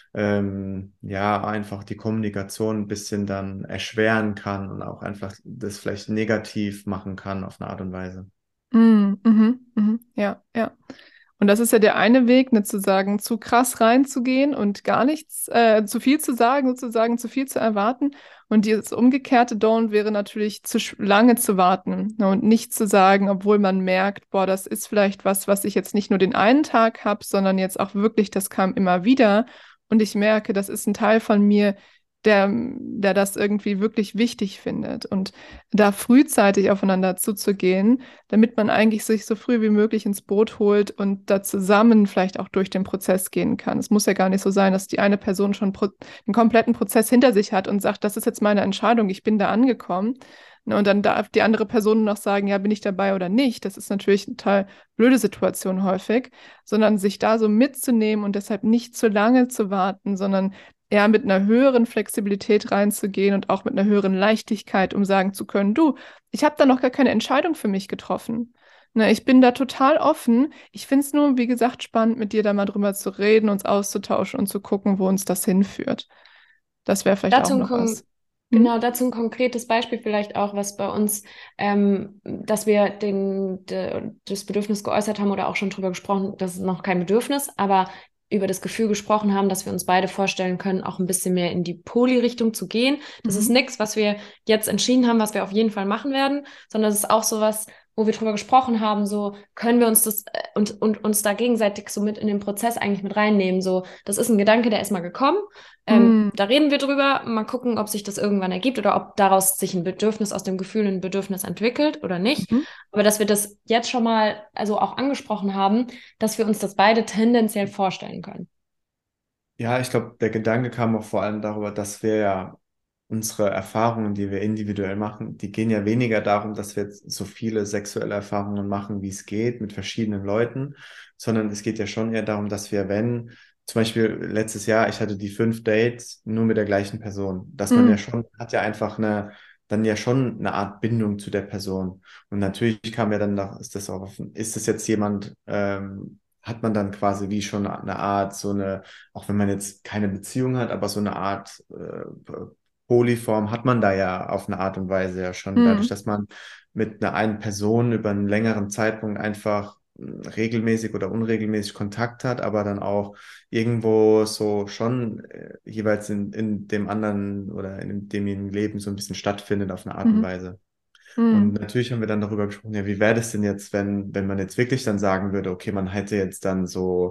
ähm, ja einfach die Kommunikation ein bisschen dann erschweren kann und auch einfach das vielleicht negativ machen kann auf eine Art und Weise. mm, mhm, mhm, ja, ja. Und das ist ja der eine Weg, ne, zu sagen, zu krass reinzugehen und gar nichts, äh, zu viel zu sagen, sozusagen zu viel zu erwarten. Und dieses umgekehrte Don't wäre natürlich zu sch- lange zu warten, ne, und nicht zu sagen, obwohl man merkt, boah, das ist vielleicht was, was ich jetzt nicht nur den einen Tag habe, sondern jetzt auch wirklich, das kam immer wieder. Und ich merke, das ist ein Teil von mir, der, der das irgendwie wirklich wichtig findet. Und da frühzeitig aufeinander zuzugehen, damit man eigentlich sich so früh wie möglich ins Boot holt und da zusammen vielleicht auch durch den Prozess gehen kann. Es muss ja gar nicht so sein, dass die eine Person schon pro den kompletten Prozess hinter sich hat und sagt, das ist jetzt meine Entscheidung, ich bin da angekommen. Ne, und dann darf die andere Person noch sagen, ja, bin ich dabei oder nicht. Das ist natürlich eine total blöde Situation häufig, sondern sich da so mitzunehmen und deshalb nicht zu lange zu warten, sondern eher mit einer höheren Flexibilität reinzugehen und auch mit einer höheren Leichtigkeit, um sagen zu können, du, ich habe da noch gar keine Entscheidung für mich getroffen. Ne, ich bin da total offen. Ich finde es nur, wie gesagt, spannend, mit dir da mal drüber zu reden, uns auszutauschen und zu gucken, wo uns das hinführt. Das wäre vielleicht auch Dazu ein, noch kon was. genau, Hm? dazu ein konkretes Beispiel vielleicht auch, was bei uns, ähm, dass wir den, de, das Bedürfnis geäußert haben oder auch schon drüber gesprochen, das ist noch kein Bedürfnis, aber über das Gefühl gesprochen haben, dass wir uns beide vorstellen können, auch ein bisschen mehr in die Poly-Richtung zu gehen. Das ist Mhm. nichts, was wir jetzt entschieden haben, was wir auf jeden Fall machen werden, sondern es ist auch sowas, wo wir drüber gesprochen haben, so können wir uns das äh, und, und uns da gegenseitig so mit in den Prozess eigentlich mit reinnehmen. So, das ist ein Gedanke, der ist mal gekommen. Ähm, Hm. da reden wir drüber, mal gucken, ob sich das irgendwann ergibt oder ob daraus sich ein Bedürfnis aus dem Gefühl ein Bedürfnis entwickelt oder nicht. Mhm. Aber dass wir das jetzt schon mal also auch angesprochen haben, dass wir uns das beide tendenziell vorstellen können. Ja, ich glaube, der Gedanke kam auch vor allem darüber, dass wir ja unsere Erfahrungen, die wir individuell machen, die gehen ja weniger darum, dass wir jetzt so viele sexuelle Erfahrungen machen, wie es geht, mit verschiedenen Leuten, sondern es geht ja schon eher darum, dass wir, wenn, zum Beispiel letztes Jahr, ich hatte die fünf Dates nur mit der gleichen Person, dass man ja Hm. schon, hat ja einfach eine, dann ja schon eine Art Bindung zu der Person. Und natürlich kam ja dann noch, ist das auch, ist das jetzt jemand, ähm, hat man dann quasi wie schon eine Art, so eine, auch wenn man jetzt keine Beziehung hat, aber so eine Art äh, Polyform hat man da ja auf eine Art und Weise ja schon, dadurch, Hm. dass man mit einer einen Person über einen längeren Zeitpunkt einfach mh, regelmäßig oder unregelmäßig Kontakt hat, aber dann auch irgendwo so schon äh, jeweils in, in dem anderen oder in dem Leben so ein bisschen stattfindet auf eine Art und Mhm. Weise. Und Hm. natürlich haben wir dann darüber gesprochen, ja, wie wäre das denn jetzt, wenn, wenn man jetzt wirklich dann sagen würde, okay, man hätte jetzt dann so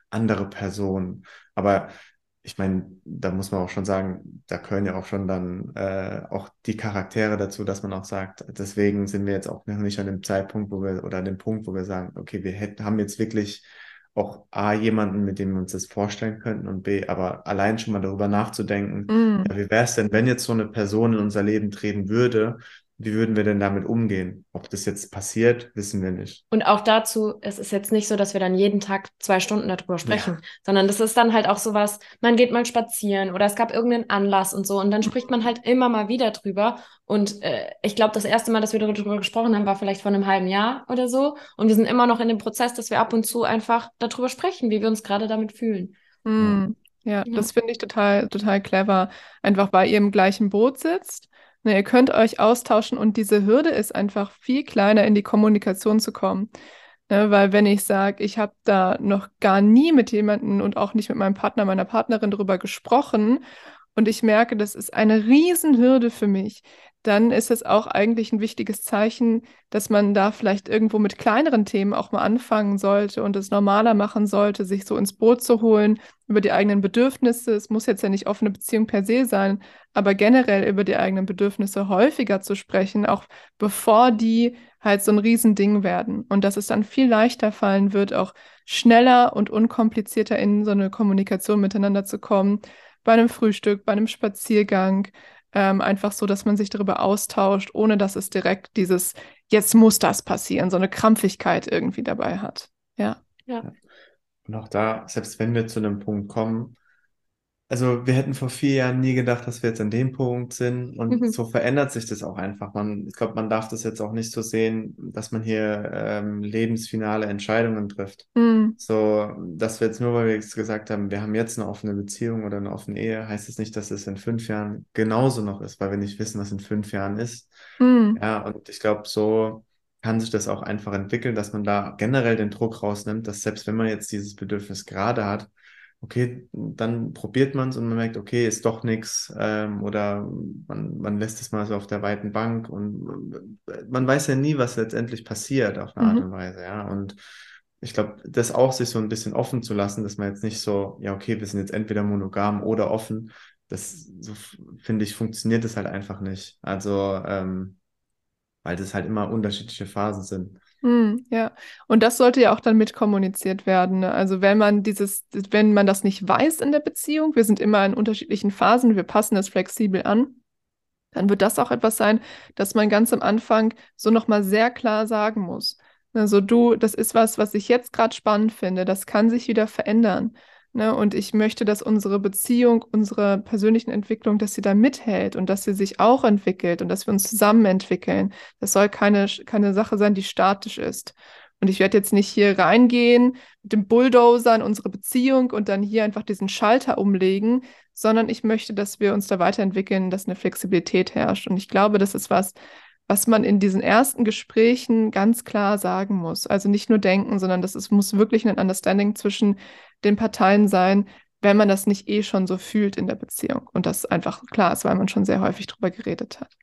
andere Personen. Aber ich meine, da muss man auch schon sagen, da gehören ja auch schon dann äh, auch die Charaktere dazu, dass man auch sagt, deswegen sind wir jetzt auch noch nicht an dem Zeitpunkt, wo wir, oder an dem Punkt, wo wir sagen, okay, wir hätten, haben jetzt wirklich auch A, jemanden, mit dem wir uns das vorstellen könnten und B, aber allein schon mal darüber nachzudenken, Mm. ja, wie wäre es denn, wenn jetzt so eine Person in unser Leben treten würde, wie würden wir denn damit umgehen? Ob das jetzt passiert, wissen wir nicht. Und auch dazu, es ist jetzt nicht so, dass wir dann jeden Tag zwei Stunden darüber sprechen, Ja. sondern das ist dann halt auch sowas, man geht mal spazieren oder es gab irgendeinen Anlass und so und dann spricht man halt immer mal wieder drüber. Und äh, ich glaube, das erste Mal, dass wir darüber gesprochen haben, war vielleicht vor einem halben Jahr oder so. Und wir sind immer noch in dem Prozess, dass wir ab und zu einfach darüber sprechen, wie wir uns gerade damit fühlen. Mm. Ja, Ja. das finde ich total, total clever. Einfach weil ihr im gleichen Boot sitzt. Ne, ihr könnt euch austauschen und diese Hürde ist einfach viel kleiner, in die Kommunikation zu kommen. Ne, weil wenn ich sage, ich habe da noch gar nie mit jemandem und auch nicht mit meinem Partner, meiner Partnerin drüber gesprochen und ich merke, das ist eine Riesenhürde für mich, dann ist es auch eigentlich ein wichtiges Zeichen, dass man da vielleicht irgendwo mit kleineren Themen auch mal anfangen sollte und es normaler machen sollte, sich so ins Boot zu holen über die eigenen Bedürfnisse. Es muss jetzt ja nicht offene Beziehung per se sein, aber generell über die eigenen Bedürfnisse häufiger zu sprechen, auch bevor die halt so ein Riesending werden. Und dass es dann viel leichter fallen wird, auch schneller und unkomplizierter in so eine Kommunikation miteinander zu kommen, bei einem Frühstück, bei einem Spaziergang, ähm, einfach so, dass man sich darüber austauscht, ohne dass es direkt dieses, jetzt muss das passieren, so eine Krampfigkeit irgendwie dabei hat. Ja. Ja. Und auch da, selbst wenn wir zu einem Punkt kommen, also wir hätten vor vier Jahren nie gedacht, dass wir jetzt an dem Punkt sind und Mhm. so verändert sich das auch einfach. Man, ich glaube, man darf das jetzt auch nicht so sehen, dass man hier ähm, lebensfinale Entscheidungen trifft. Mm. So, dass wir jetzt nur, weil wir jetzt gesagt haben, wir haben jetzt eine offene Beziehung oder eine offene Ehe, heißt es nicht, dass es in fünf Jahren genauso noch ist, weil wir nicht wissen, was in fünf Jahren ist. Mm. Ja, und ich glaube, so kann sich das auch einfach entwickeln, dass man da generell den Druck rausnimmt, dass selbst wenn man jetzt dieses Bedürfnis gerade hat, okay, dann probiert man es und man merkt, okay, ist doch nichts, ähm, oder man, man lässt es mal so auf der weiten Bank und äh, man weiß ja nie, was letztendlich passiert auf eine Art und Mhm. Weise, ja. Und ich glaube, das auch sich so ein bisschen offen zu lassen, dass man jetzt nicht so, ja, okay, wir sind jetzt entweder monogam oder offen, das so f- finde ich, funktioniert das halt einfach nicht. Also, ähm, weil das halt immer unterschiedliche Phasen sind. Mm, ja, und das sollte ja auch dann mitkommuniziert werden. Ne? Also wenn man dieses, wenn man das nicht weiß in der Beziehung, wir sind immer in unterschiedlichen Phasen, wir passen es flexibel an, dann wird das auch etwas sein, dass man ganz am Anfang so nochmal sehr klar sagen muss. Also du, das ist was, was ich jetzt gerade spannend finde, das kann sich wieder verändern. Ne? Und ich möchte, dass unsere Beziehung, unsere persönlichen Entwicklung, dass sie da mithält und dass sie sich auch entwickelt und dass wir uns zusammen entwickeln. Das soll keine, keine Sache sein, die statisch ist. Und ich werde jetzt nicht hier reingehen mit dem Bulldozer in unsere Beziehung und dann hier einfach diesen Schalter umlegen, sondern ich möchte, dass wir uns da weiterentwickeln, dass eine Flexibilität herrscht. Und ich glaube, das ist was, was man in diesen ersten Gesprächen ganz klar sagen muss. Also nicht nur denken, sondern das ist, muss wirklich ein Understanding zwischen den Parteien sein, wenn man das nicht eh schon so fühlt in der Beziehung. Und das einfach klar ist, weil man schon sehr häufig drüber geredet hat.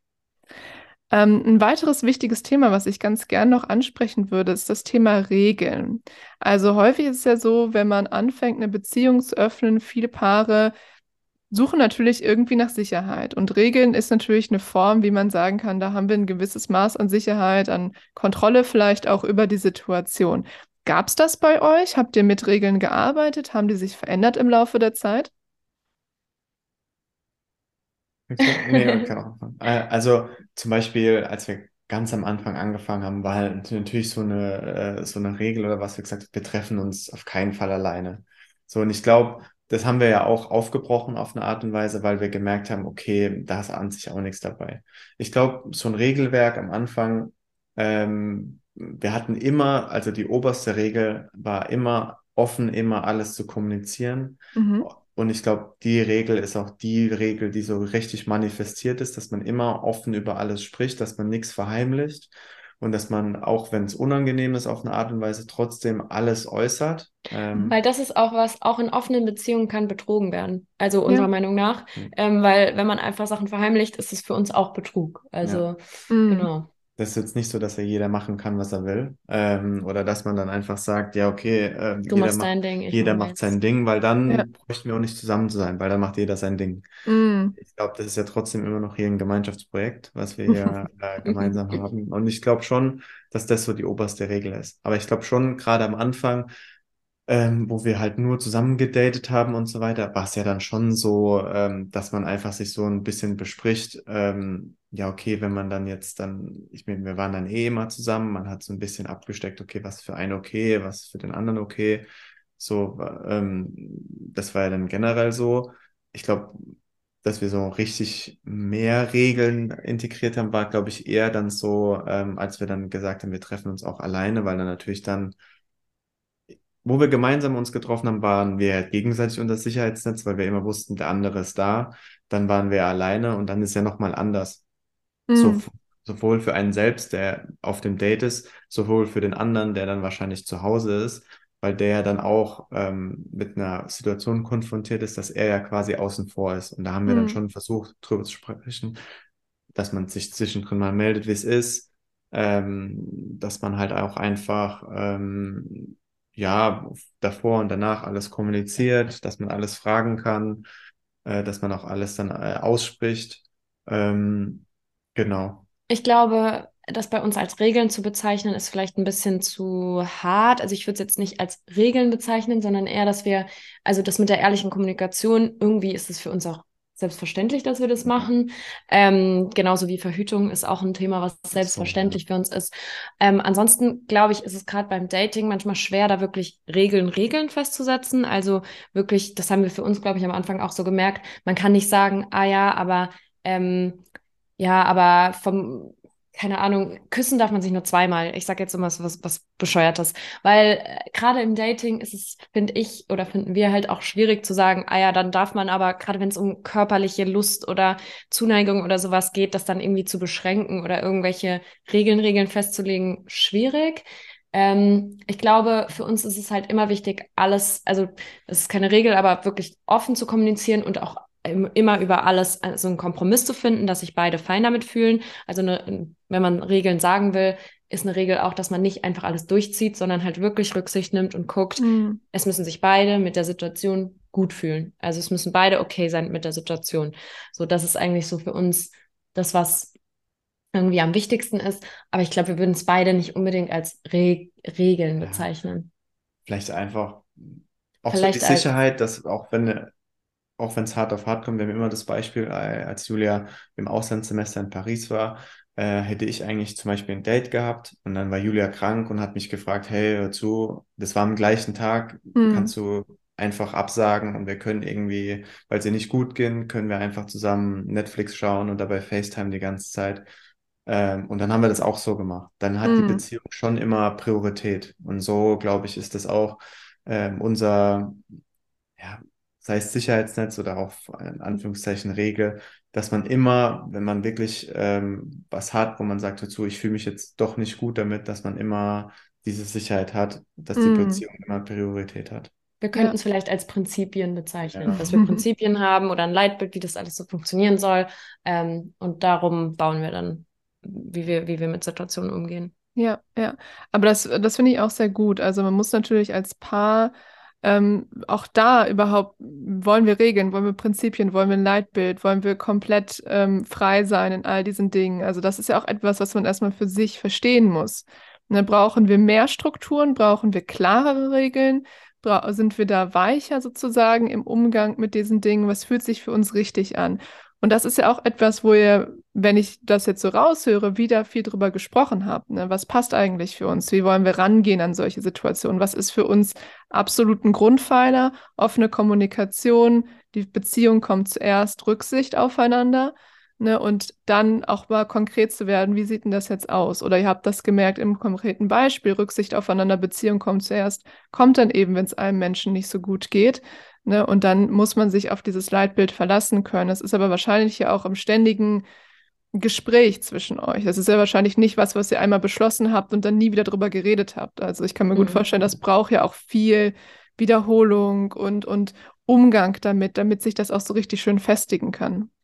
Ähm, ein weiteres wichtiges Thema, was ich ganz gern noch ansprechen würde, ist das Thema Regeln. Also häufig ist es ja so, wenn man anfängt, eine Beziehung zu öffnen, viele Paare suchen natürlich irgendwie nach Sicherheit. Und Regeln ist natürlich eine Form, wie man sagen kann, da haben wir ein gewisses Maß an Sicherheit, an Kontrolle vielleicht auch über die Situation. Gab es das bei euch? Habt ihr mit Regeln gearbeitet? Haben die sich verändert im Laufe der Zeit? Okay. Nee, man kann auch anfangen. Äh, Also zum Beispiel, als wir ganz am Anfang angefangen haben, war halt natürlich so eine, äh, so eine Regel oder was wir gesagt haben, wir treffen uns auf keinen Fall alleine. So, und ich glaube, das haben wir ja auch aufgebrochen auf eine Art und Weise, weil wir gemerkt haben, okay, da ist an sich auch nichts dabei. Ich glaube, so ein Regelwerk am Anfang, ähm, wir hatten immer, also die oberste Regel war immer offen, immer alles zu kommunizieren. Mhm. Und ich glaube, die Regel ist auch die Regel, die so richtig manifestiert ist, dass man immer offen über alles spricht, dass man nichts verheimlicht und dass man, auch wenn es unangenehm ist, auf eine Art und Weise trotzdem alles äußert. Weil Ähm, das ist auch was, auch in offenen Beziehungen kann betrogen werden. Also Ja. unserer Meinung nach. Ähm, weil wenn man einfach Sachen verheimlicht, ist es für uns auch Betrug. ja. Also, Mm. genau. das ist jetzt nicht so, dass ja jeder machen kann, was er will. Ähm, oder dass man dann einfach sagt, ja, okay, ähm, Du jeder machst macht, dein Ding, ich jeder mache macht sein meins. Ding, weil Ja. dann bräuchten wir auch nicht zusammen zu sein, weil dann macht jeder sein Ding. Mm. Ich glaube, das ist ja trotzdem immer noch hier ein Gemeinschaftsprojekt, was wir ja äh, gemeinsam haben. Und ich glaube schon, dass das so die oberste Regel ist. Aber ich glaube schon, gerade am Anfang, ähm, wo wir halt nur zusammen gedatet haben und so weiter, war es ja dann schon so, ähm, dass man einfach sich so ein bisschen bespricht, ähm, ja, okay, wenn man dann jetzt dann, ich meine, wir waren dann eh immer zusammen, man hat so ein bisschen abgesteckt, okay, was für einen okay, was für den anderen okay. So, ähm, das war ja dann generell so. Ich glaube, dass wir so richtig mehr Regeln integriert haben, war, glaube ich, eher dann so, ähm, als wir dann gesagt haben, wir treffen uns auch alleine, weil dann natürlich dann, wo wir gemeinsam uns getroffen haben, waren wir gegenseitig unter das Sicherheitsnetz, weil wir immer wussten, der andere ist da. Dann waren wir alleine und dann ist ja nochmal anders. So, Mm. sowohl für einen selbst, der auf dem Date ist, sowohl für den anderen, der dann wahrscheinlich zu Hause ist, weil der ja dann auch ähm, mit einer Situation konfrontiert ist, dass er ja quasi außen vor ist. Und da haben wir dann Mm. schon versucht, drüber zu sprechen, dass man sich zwischendrin mal meldet, wie es ist, ähm, dass man halt auch einfach ähm, ja davor und danach alles kommuniziert, dass man alles fragen kann, äh, dass man auch alles dann äh, ausspricht. Ähm, genau. Ich glaube, das bei uns als Regeln zu bezeichnen, ist vielleicht ein bisschen zu hart. Also ich würde es jetzt nicht als Regeln bezeichnen, sondern eher, dass wir, also das mit der ehrlichen Kommunikation, irgendwie ist es für uns auch selbstverständlich, dass wir das machen. Ähm, genauso wie Verhütung ist auch ein Thema, was So, ja. selbstverständlich für uns ist. Ähm, ansonsten, glaube ich, ist es gerade beim Dating manchmal schwer, da wirklich Regeln, Regeln festzusetzen. Also wirklich, das haben wir für uns, glaube ich, am Anfang auch so gemerkt. Man kann nicht sagen, ah ja, aber ähm, ja, aber vom, keine Ahnung, küssen darf man sich nur zweimal. Ich sage jetzt immer was, was, was Bescheuertes. Weil äh, gerade im Dating ist es, finde ich, oder finden wir halt auch schwierig zu sagen, ah ja, dann darf man aber, gerade wenn es um körperliche Lust oder Zuneigung oder sowas geht, das dann irgendwie zu beschränken oder irgendwelche Regeln, Regeln festzulegen, schwierig. Ähm, ich glaube, für uns ist es halt immer wichtig, alles, also das ist keine Regel, aber wirklich offen zu kommunizieren und auch im- immer über alles äh, so einen Kompromiss zu finden, dass sich beide fein damit fühlen. Also eine, wenn man Regeln sagen will, ist eine Regel auch, dass man nicht einfach alles durchzieht, sondern halt wirklich Rücksicht nimmt und guckt, Mm. es müssen sich beide mit der Situation gut fühlen. Also es müssen beide okay sein mit der Situation. So, das ist eigentlich so für uns das, was irgendwie am wichtigsten ist. Aber ich glaube, wir würden es beide nicht unbedingt als Re Regeln Ja, bezeichnen. vielleicht einfach auch so die Vielleicht als, Sicherheit, dass auch wenn auch wenn es hart auf hart kommt, wir haben immer das Beispiel, äh, als Julia im Auslandssemester in Paris war, äh, hätte ich eigentlich zum Beispiel ein Date gehabt und dann war Julia krank und hat mich gefragt, hey, hör zu, das war am gleichen Tag, Mm. kannst du einfach absagen und wir können irgendwie, weil es ihr nicht gut ging, können wir einfach zusammen Netflix schauen und dabei FaceTime die ganze Zeit. Ähm, und dann haben wir das auch so gemacht. Dann hat die Mm. Beziehung schon immer Priorität. Und so, glaube ich, ist das auch ähm, unser, ja, sei es Sicherheitsnetz oder auch in Anführungszeichen Regel, dass man immer, wenn man wirklich ähm, was hat, wo man sagt dazu, ich fühle mich jetzt doch nicht gut damit, dass man immer diese Sicherheit hat, dass die Mm. Beziehung immer Priorität hat. wir könnten Ja. es vielleicht als Prinzipien bezeichnen, Ja, dass wir Prinzipien haben oder ein Leitbild, wie das alles so funktionieren soll. Ähm, und darum bauen wir dann, wie wir, wie wir mit Situationen umgehen. Ja, ja. Aber das, das finde ich auch sehr gut. Also man muss natürlich als Paar ähm, auch da überhaupt, wollen wir Regeln, wollen wir Prinzipien, wollen wir ein Leitbild, wollen wir komplett ähm, frei sein in all diesen Dingen. Also das ist ja auch etwas, was man erstmal für sich verstehen muss. Ne, brauchen wir mehr Strukturen, brauchen wir klarere Regeln, bra sind wir da weicher sozusagen im Umgang mit diesen Dingen? Was fühlt sich für uns richtig an? Und das ist ja auch etwas, wo ihr, wenn ich das jetzt so raushöre, wieder viel drüber gesprochen habt. Ne? Was passt eigentlich für uns? Wie wollen wir rangehen an solche Situationen? Was ist für uns absolut ein Grundpfeiler? Offene Kommunikation, die Beziehung kommt zuerst, Rücksicht aufeinander. Ne? Und dann auch mal konkret zu werden, wie sieht denn das jetzt aus? Oder ihr habt das gemerkt im konkreten Beispiel, Rücksicht aufeinander, Beziehung kommt zuerst, kommt dann eben, wenn es einem Menschen nicht so gut geht. Ne? Und dann muss man sich auf dieses Leitbild verlassen können. Es ist aber wahrscheinlich ja auch im ständigen Gespräch zwischen euch. Das ist ja wahrscheinlich nicht was, was ihr einmal beschlossen habt und dann nie wieder drüber geredet habt. Also ich kann mir gut Mhm. vorstellen, das braucht ja auch viel Wiederholung und, und Umgang damit, damit sich das auch so richtig schön festigen kann.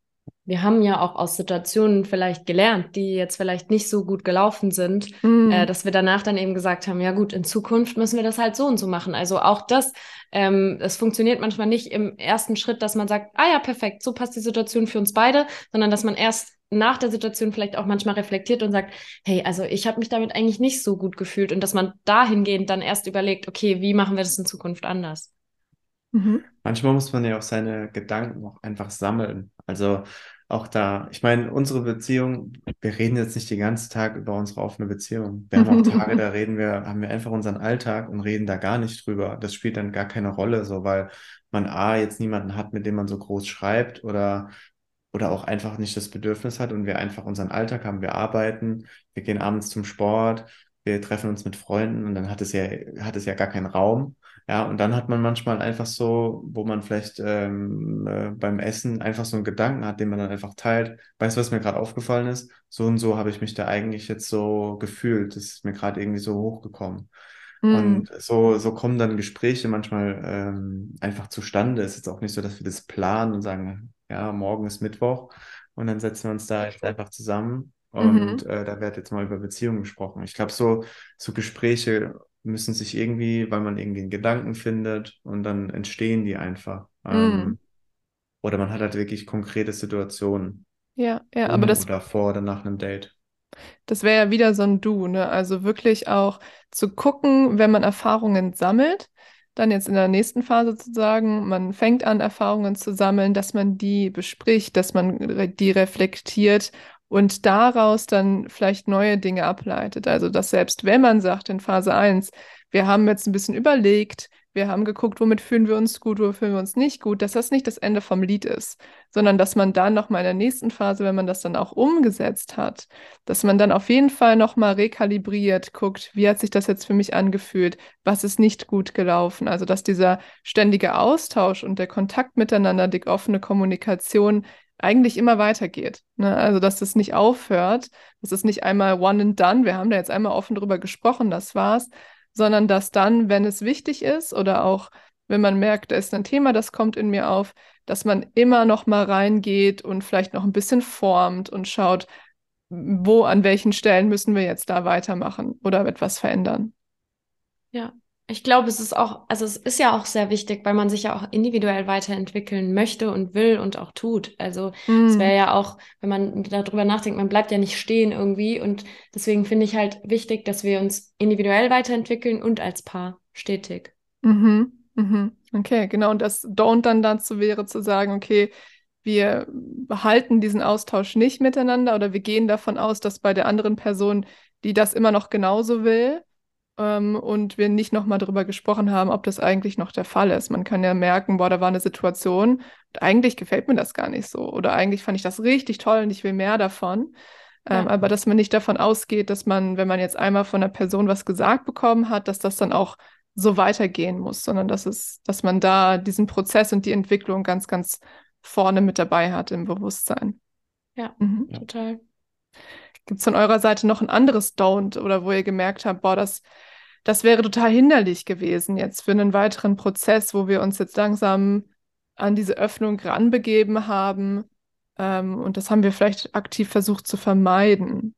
wir haben ja auch aus Situationen vielleicht gelernt, die jetzt vielleicht nicht so gut gelaufen sind, Mm. äh, dass wir danach dann eben gesagt haben, ja gut, in Zukunft müssen wir das halt so und so machen. Also auch das, ähm, es funktioniert manchmal nicht im ersten Schritt, dass man sagt, ah ja, perfekt, so passt die Situation für uns beide, sondern dass man erst nach der Situation vielleicht auch manchmal reflektiert und sagt, hey, also ich habe mich damit eigentlich nicht so gut gefühlt und dass man dahingehend dann erst überlegt, okay, wie machen wir das in Zukunft anders? Mhm. Manchmal muss man ja auch seine Gedanken auch einfach sammeln. Also auch da, ich meine, unsere Beziehung, wir reden jetzt nicht den ganzen Tag über unsere offene Beziehung. Wir haben auch Tage, da reden wir, haben wir einfach unseren Alltag und reden da gar nicht drüber. Das spielt dann gar keine Rolle, so, weil man A, jetzt niemanden hat, mit dem man so groß schreibt oder, oder auch einfach nicht das Bedürfnis hat und wir einfach unseren Alltag haben. Wir arbeiten, wir gehen abends zum Sport, wir treffen uns mit Freunden und dann hat es ja, hat es ja gar keinen Raum. Ja, und dann hat man manchmal einfach so, wo man vielleicht ähm, äh, beim Essen einfach so einen Gedanken hat, den man dann einfach teilt. Weißt du, was mir gerade aufgefallen ist? So und so habe ich mich da eigentlich jetzt so gefühlt. Das ist mir gerade irgendwie so hochgekommen. Mm. Und so, so kommen dann Gespräche manchmal ähm, einfach zustande. Es ist jetzt auch nicht so, dass wir das planen und sagen, ja, morgen ist Mittwoch und dann setzen wir uns da jetzt einfach zusammen und Mhm. äh, da wird jetzt mal über Beziehungen gesprochen. Ich glaube, so, so Gespräche müssen sich irgendwie, weil man irgendwie einen Gedanken findet und dann entstehen die einfach. Mm. Ähm, oder man hat halt wirklich konkrete Situationen Ja, ja, aber um das oder vor oder nach einem Date. Das wäre ja wieder so ein Du, ne? Also wirklich auch zu gucken, wenn man Erfahrungen sammelt, dann jetzt in der nächsten Phase zu sagen, man fängt an, Erfahrungen zu sammeln, dass man die bespricht, dass man re- die reflektiert und daraus dann vielleicht neue Dinge ableitet. Also dass selbst wenn man sagt in Phase eins, wir haben jetzt ein bisschen überlegt, wir haben geguckt, womit fühlen wir uns gut, wo fühlen wir uns nicht gut, dass das nicht das Ende vom Lied ist, sondern dass man dann nochmal in der nächsten Phase, wenn man das dann auch umgesetzt hat, dass man dann auf jeden Fall nochmal rekalibriert, guckt, wie hat sich das jetzt für mich angefühlt, was ist nicht gut gelaufen. Also dass dieser ständige Austausch und der Kontakt miteinander, die offene Kommunikation eigentlich immer weitergeht. Ne? Also dass es nicht aufhört, dass es nicht einmal one and done, wir haben da jetzt einmal offen drüber gesprochen, das war's, sondern dass dann, wenn es wichtig ist oder auch wenn man merkt, da ist ein Thema, das kommt in mir auf, dass man immer noch mal reingeht und vielleicht noch ein bisschen formt und schaut, wo, an welchen Stellen müssen wir jetzt da weitermachen oder etwas verändern. Ja, ich glaube, es ist auch, also es ist ja auch sehr wichtig, weil man sich ja auch individuell weiterentwickeln möchte und will und auch tut. Also es wäre Mm. ja auch, wenn man darüber nachdenkt, man bleibt ja nicht stehen irgendwie und deswegen finde ich halt wichtig, dass wir uns individuell weiterentwickeln und als Paar stetig. Mhm. Mhm. Okay, genau. Und das Don't dann dazu wäre zu sagen, okay, wir behalten diesen Austausch nicht miteinander oder wir gehen davon aus, dass bei der anderen Person, die das immer noch genauso will, ähm, und wir nicht nochmal darüber gesprochen haben, ob das eigentlich noch der Fall ist. Man kann ja merken, boah, da war eine Situation und eigentlich gefällt mir das gar nicht so oder eigentlich fand ich das richtig toll und ich will mehr davon. Ähm, Ja, aber dass man nicht davon ausgeht, dass man, wenn man jetzt einmal von einer Person was gesagt bekommen hat, dass das dann auch so weitergehen muss, sondern dass es, dass man da diesen Prozess und die Entwicklung ganz, ganz vorne mit dabei hat im Bewusstsein. ja, Mhm. Ja. total. Gibt es von eurer Seite noch ein anderes Don't oder wo ihr gemerkt habt, boah, das, das wäre total hinderlich gewesen jetzt für einen weiteren Prozess, wo wir uns jetzt langsam an diese Öffnung ranbegeben haben, ähm, und das haben wir vielleicht aktiv versucht zu vermeiden.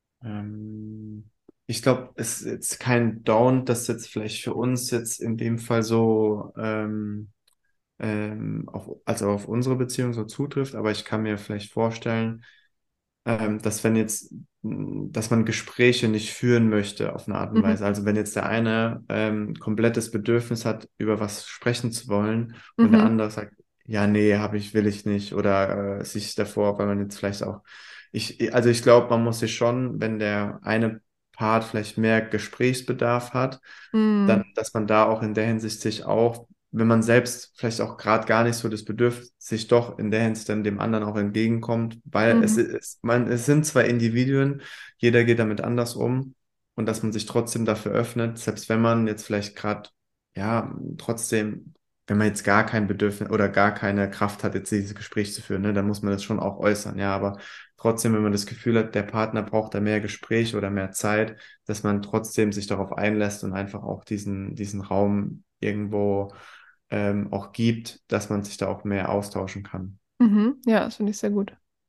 Ähm, ich glaube, es ist jetzt kein Down, das jetzt vielleicht für uns jetzt in dem Fall so ähm, ähm, auf, also auf unsere Beziehung so zutrifft, aber ich kann mir vielleicht vorstellen, ähm, dass wenn jetzt, mh, dass man Gespräche nicht führen möchte auf eine Art und Mhm. Weise. Also wenn jetzt der eine ähm, komplettes Bedürfnis hat, über was sprechen zu wollen und der Mhm. andere sagt, ja, nee, habe ich, will ich nicht oder äh, sich davor, weil man jetzt vielleicht auch, ich, also ich glaube, man muss sich schon, wenn der eine Part vielleicht mehr Gesprächsbedarf hat, dann, Mhm. dass man da auch in der Hinsicht sich auch, wenn man selbst vielleicht auch gerade gar nicht so das Bedürfnis, sich doch in der Hinsicht dann dem anderen auch entgegenkommt, weil es Mhm. ist, man, es sind zwei Individuen, jeder geht damit anders um und dass man sich trotzdem dafür öffnet, selbst wenn man jetzt vielleicht gerade, ja, trotzdem, wenn man jetzt gar kein Bedürfnis oder gar keine Kraft hat, jetzt dieses Gespräch zu führen, ne, dann muss man das schon auch äußern, ja, aber trotzdem, wenn man das Gefühl hat, der Partner braucht da mehr Gespräch oder mehr Zeit, dass man trotzdem sich darauf einlässt und einfach auch diesen, diesen Raum irgendwo ähm, auch gibt, dass man sich da auch mehr austauschen kann. Mhm. Ja, das finde ich sehr gut.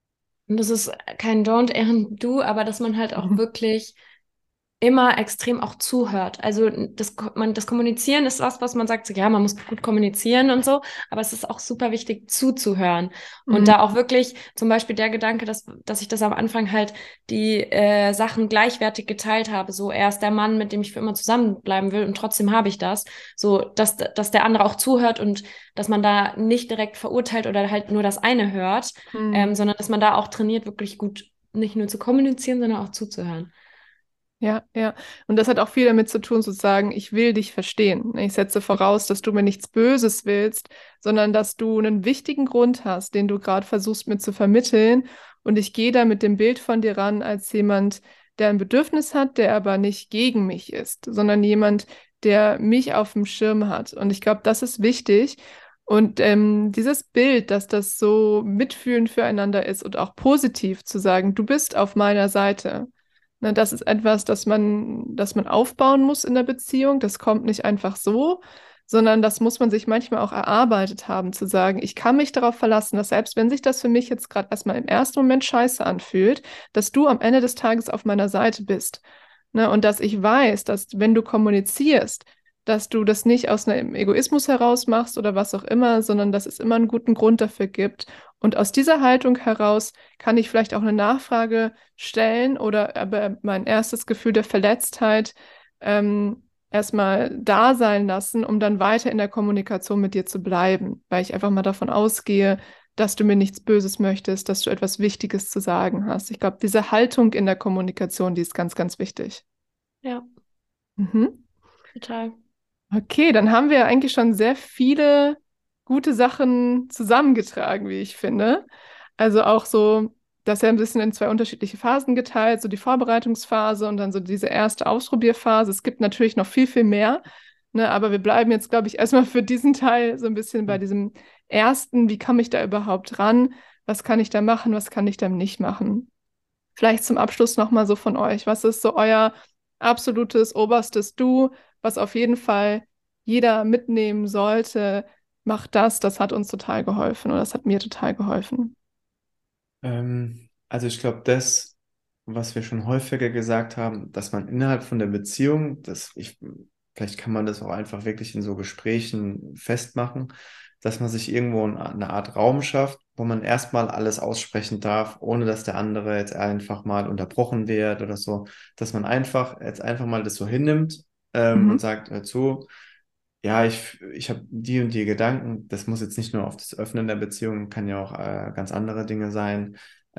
und das ist kein Don't, eher ein Do, aber dass man halt auch Mhm. wirklich immer extrem auch zuhört. Also das, man, das Kommunizieren ist was, was man sagt, so, ja, man muss gut kommunizieren und so, aber es ist auch super wichtig zuzuhören. Und Mhm. da auch wirklich zum Beispiel der Gedanke, dass, dass ich das am Anfang halt die äh, Sachen gleichwertig geteilt habe. So, er ist der Mann, mit dem ich für immer zusammenbleiben will und trotzdem habe ich das. So, dass, dass der andere auch zuhört und dass man da nicht direkt verurteilt oder halt nur das eine hört, Mhm. ähm, sondern dass man da auch trainiert, wirklich gut nicht nur zu kommunizieren, sondern auch zuzuhören. Ja, ja. Und das hat auch viel damit zu tun, zu sagen, ich will dich verstehen. Ich setze voraus, dass du mir nichts Böses willst, sondern dass du einen wichtigen Grund hast, den du gerade versuchst mir zu vermitteln. Und ich gehe da mit dem Bild von dir ran als jemand, der ein Bedürfnis hat, der aber nicht gegen mich ist, sondern jemand, der mich auf dem Schirm hat. Und ich glaube, das ist wichtig. Und ähm, dieses Bild, dass das so mitfühlend füreinander ist und auch positiv zu sagen, du bist auf meiner Seite. Na, das ist etwas, das man, das man aufbauen muss in der Beziehung. Das kommt nicht einfach so, sondern das muss man sich manchmal auch erarbeitet haben, zu sagen, ich kann mich darauf verlassen, dass selbst wenn sich das für mich jetzt gerade erstmal im ersten Moment scheiße anfühlt, dass du am Ende des Tages auf meiner Seite bist. Ne? Und dass ich weiß, dass wenn du kommunizierst, dass du das nicht aus einem Egoismus heraus machst oder was auch immer, sondern dass es immer einen guten Grund dafür gibt. Und aus dieser Haltung heraus kann ich vielleicht auch eine Nachfrage stellen oder aber mein erstes Gefühl der Verletztheit ähm, erstmal da sein lassen, um dann weiter in der Kommunikation mit dir zu bleiben, weil ich einfach mal davon ausgehe, dass du mir nichts Böses möchtest, dass du etwas Wichtiges zu sagen hast. Ich glaube, diese Haltung in der Kommunikation, die ist ganz, ganz wichtig. Ja, Mhm. total. Okay, dann haben wir eigentlich schon sehr viele gute Sachen zusammengetragen, wie ich finde. Also auch so, das ist ja ein bisschen in zwei unterschiedliche Phasen geteilt, so die Vorbereitungsphase und dann so diese erste Ausprobierphase. Es gibt natürlich noch viel, viel mehr, ne, aber wir bleiben jetzt, glaube ich, erstmal für diesen Teil so ein bisschen bei diesem ersten, wie komme ich da überhaupt ran? Was kann ich da machen? Was kann ich da nicht machen? Vielleicht zum Abschluss nochmal so von euch. Was ist so euer absolutes oberstes Du, was auf jeden Fall jeder mitnehmen sollte? Macht das, das hat uns total geholfen oder das hat mir total geholfen. Ähm, also ich glaube, das, was wir schon häufiger gesagt haben, dass man innerhalb von der Beziehung, dass ich, vielleicht kann man das auch einfach wirklich in so Gesprächen festmachen, dass man sich irgendwo ein- eine Art Raum schafft, wo man erstmal alles aussprechen darf, ohne dass der andere jetzt einfach mal unterbrochen wird oder so, dass man einfach jetzt einfach mal das so hinnimmt, ähm, und Mhm. sagt, hör zu, ja, ich, ich habe die und die Gedanken. Das muss jetzt nicht nur auf das Öffnen der Beziehung, kann ja auch äh, ganz andere Dinge sein.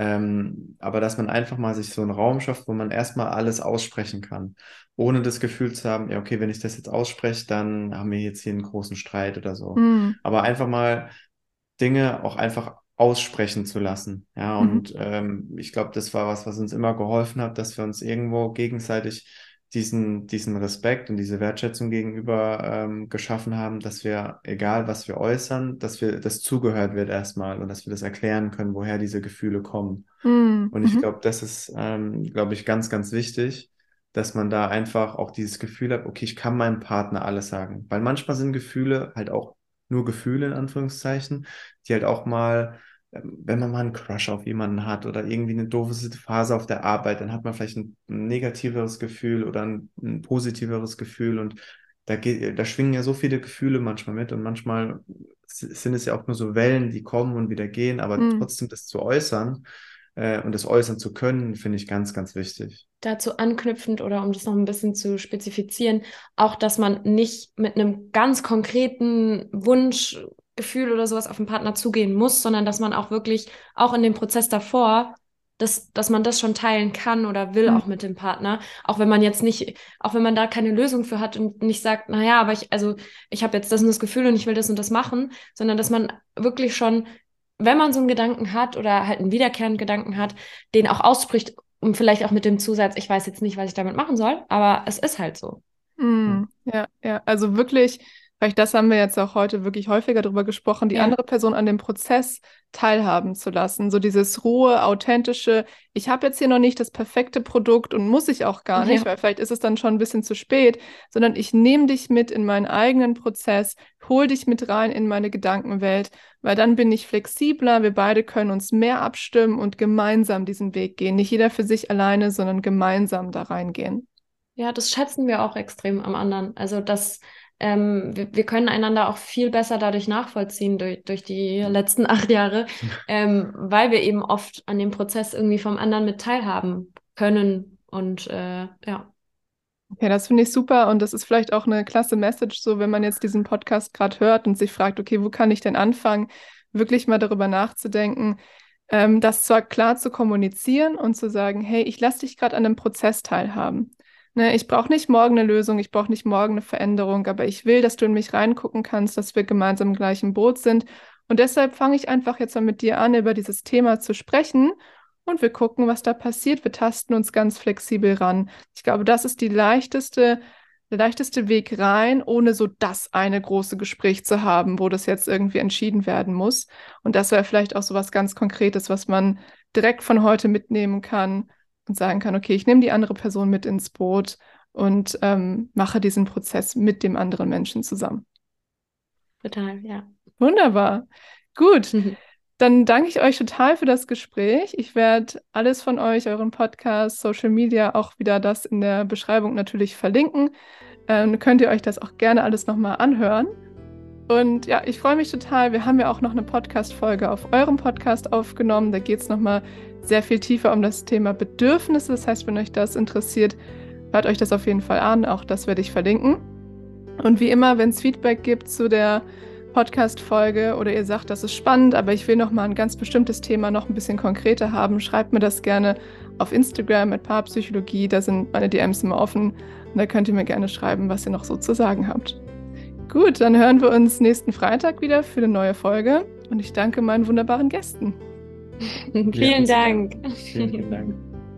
Ähm, aber dass man einfach mal sich so einen Raum schafft, wo man erstmal alles aussprechen kann, ohne das Gefühl zu haben, ja, okay, wenn ich das jetzt ausspreche, dann haben wir jetzt hier einen großen Streit oder so. Mhm. Aber einfach mal Dinge auch einfach aussprechen zu lassen. Ja, Mhm. und ähm, ich glaube, das war was, was uns immer geholfen hat, dass wir uns irgendwo gegenseitig diesen, diesen Respekt und diese Wertschätzung gegenüber ähm, geschaffen haben, dass wir, egal was wir äußern, dass wir, das zugehört wird erstmal und dass wir das erklären können, woher diese Gefühle kommen. Mhm. Und ich Mhm. glaube, das ist, ähm, glaube ich, ganz, ganz wichtig, dass man da einfach auch dieses Gefühl hat, okay, ich kann meinem Partner alles sagen. Weil manchmal sind Gefühle halt auch nur Gefühle in Anführungszeichen, die halt auch mal, ähm, wenn man mal einen Crush auf jemanden hat oder irgendwie eine doofe Phase auf der Arbeit, dann hat man vielleicht ein, ein negativeres Gefühl oder ein, ein positiveres Gefühl und da geht, da schwingen ja so viele Gefühle manchmal mit und manchmal s- sind es ja auch nur so Wellen, die kommen und wieder gehen, aber Mhm. trotzdem das zu äußern äh, und das äußern zu können, finde ich ganz, ganz wichtig. Dazu anknüpfend oder um das noch ein bisschen zu spezifizieren, auch, dass man nicht mit einem ganz konkreten Wunsch, Gefühl oder sowas auf den Partner zugehen muss, sondern dass man auch wirklich, auch in dem Prozess davor, dass, dass man das schon teilen kann oder will auch Mhm. mit dem Partner, auch wenn man jetzt nicht, auch wenn man da keine Lösung für hat und nicht sagt, naja, aber ich, also ich habe jetzt das und das Gefühl und ich will das und das machen, sondern dass man wirklich schon, wenn man so einen Gedanken hat oder halt einen wiederkehrenden Gedanken hat, den auch ausspricht und vielleicht auch mit dem Zusatz, ich weiß jetzt nicht, was ich damit machen soll, aber es ist halt so. Mhm. Ja, ja, also wirklich Vielleicht das haben wir jetzt auch heute wirklich häufiger darüber gesprochen, die Ja. andere Person an dem Prozess teilhaben zu lassen. So dieses rohe, authentische, ich habe jetzt hier noch nicht das perfekte Produkt und muss ich auch gar nicht, Ja. weil vielleicht ist es dann schon ein bisschen zu spät, sondern ich nehme dich mit in meinen eigenen Prozess, hol dich mit rein in meine Gedankenwelt, weil dann bin ich flexibler, wir beide können uns mehr abstimmen und gemeinsam diesen Weg gehen. Nicht jeder für sich alleine, sondern gemeinsam da reingehen. Ja, das schätzen wir auch extrem am anderen. Also das, ähm, wir, wir können einander auch viel besser dadurch nachvollziehen durch, durch die letzten acht Jahre, ähm, weil wir eben oft an dem Prozess irgendwie vom anderen mit teilhaben können. Und äh, ja. Ja, das finde ich super und das ist vielleicht auch eine klasse Message, so wenn man jetzt diesen Podcast gerade hört und sich fragt, okay, wo kann ich denn anfangen, wirklich mal darüber nachzudenken, ähm, das zwar klar zu kommunizieren und zu sagen, hey, ich lasse dich gerade an einem Prozess teilhaben. Ne, ich brauche nicht morgen eine Lösung, ich brauche nicht morgen eine Veränderung, aber ich will, dass du in mich reingucken kannst, dass wir gemeinsam im gleichen Boot sind. Und deshalb fange ich einfach jetzt mal mit dir an, über dieses Thema zu sprechen. Und wir gucken, was da passiert. Wir tasten uns ganz flexibel ran. Ich glaube, das ist die leichteste, der leichteste Weg rein, ohne so das eine große Gespräch zu haben, wo das jetzt irgendwie entschieden werden muss. Und das wäre vielleicht auch so was ganz Konkretes, was man direkt von heute mitnehmen kann und sagen kann, okay, ich nehme die andere Person mit ins Boot und ähm, mache diesen Prozess mit dem anderen Menschen zusammen. Total, ja. Wunderbar. Gut. Dann danke ich euch total für das Gespräch. Ich werde alles von euch, euren Podcast, Social Media, auch wieder das in der Beschreibung natürlich verlinken. Ähm, könnt ihr euch das auch gerne alles nochmal anhören. Und ja, ich freue mich total. Wir haben ja auch noch eine Podcast-Folge auf eurem Podcast aufgenommen. Da geht es nochmal sehr viel tiefer um das Thema Bedürfnisse. Das heißt, wenn euch das interessiert, hört euch das auf jeden Fall an. Auch das werde ich verlinken. Und wie immer, wenn es Feedback gibt zu der Podcast-Folge oder ihr sagt, das ist spannend, aber ich will noch mal ein ganz bestimmtes Thema noch ein bisschen konkreter haben, schreibt mir das gerne auf Instagram mit Paarpsychologie. Da sind meine D Ms immer offen und da könnt ihr mir gerne schreiben, was ihr noch so zu sagen habt. Gut, dann hören wir uns nächsten Freitag wieder für eine neue Folge und ich danke meinen wunderbaren Gästen. Vielen Ja. Dank. Vielen Dank.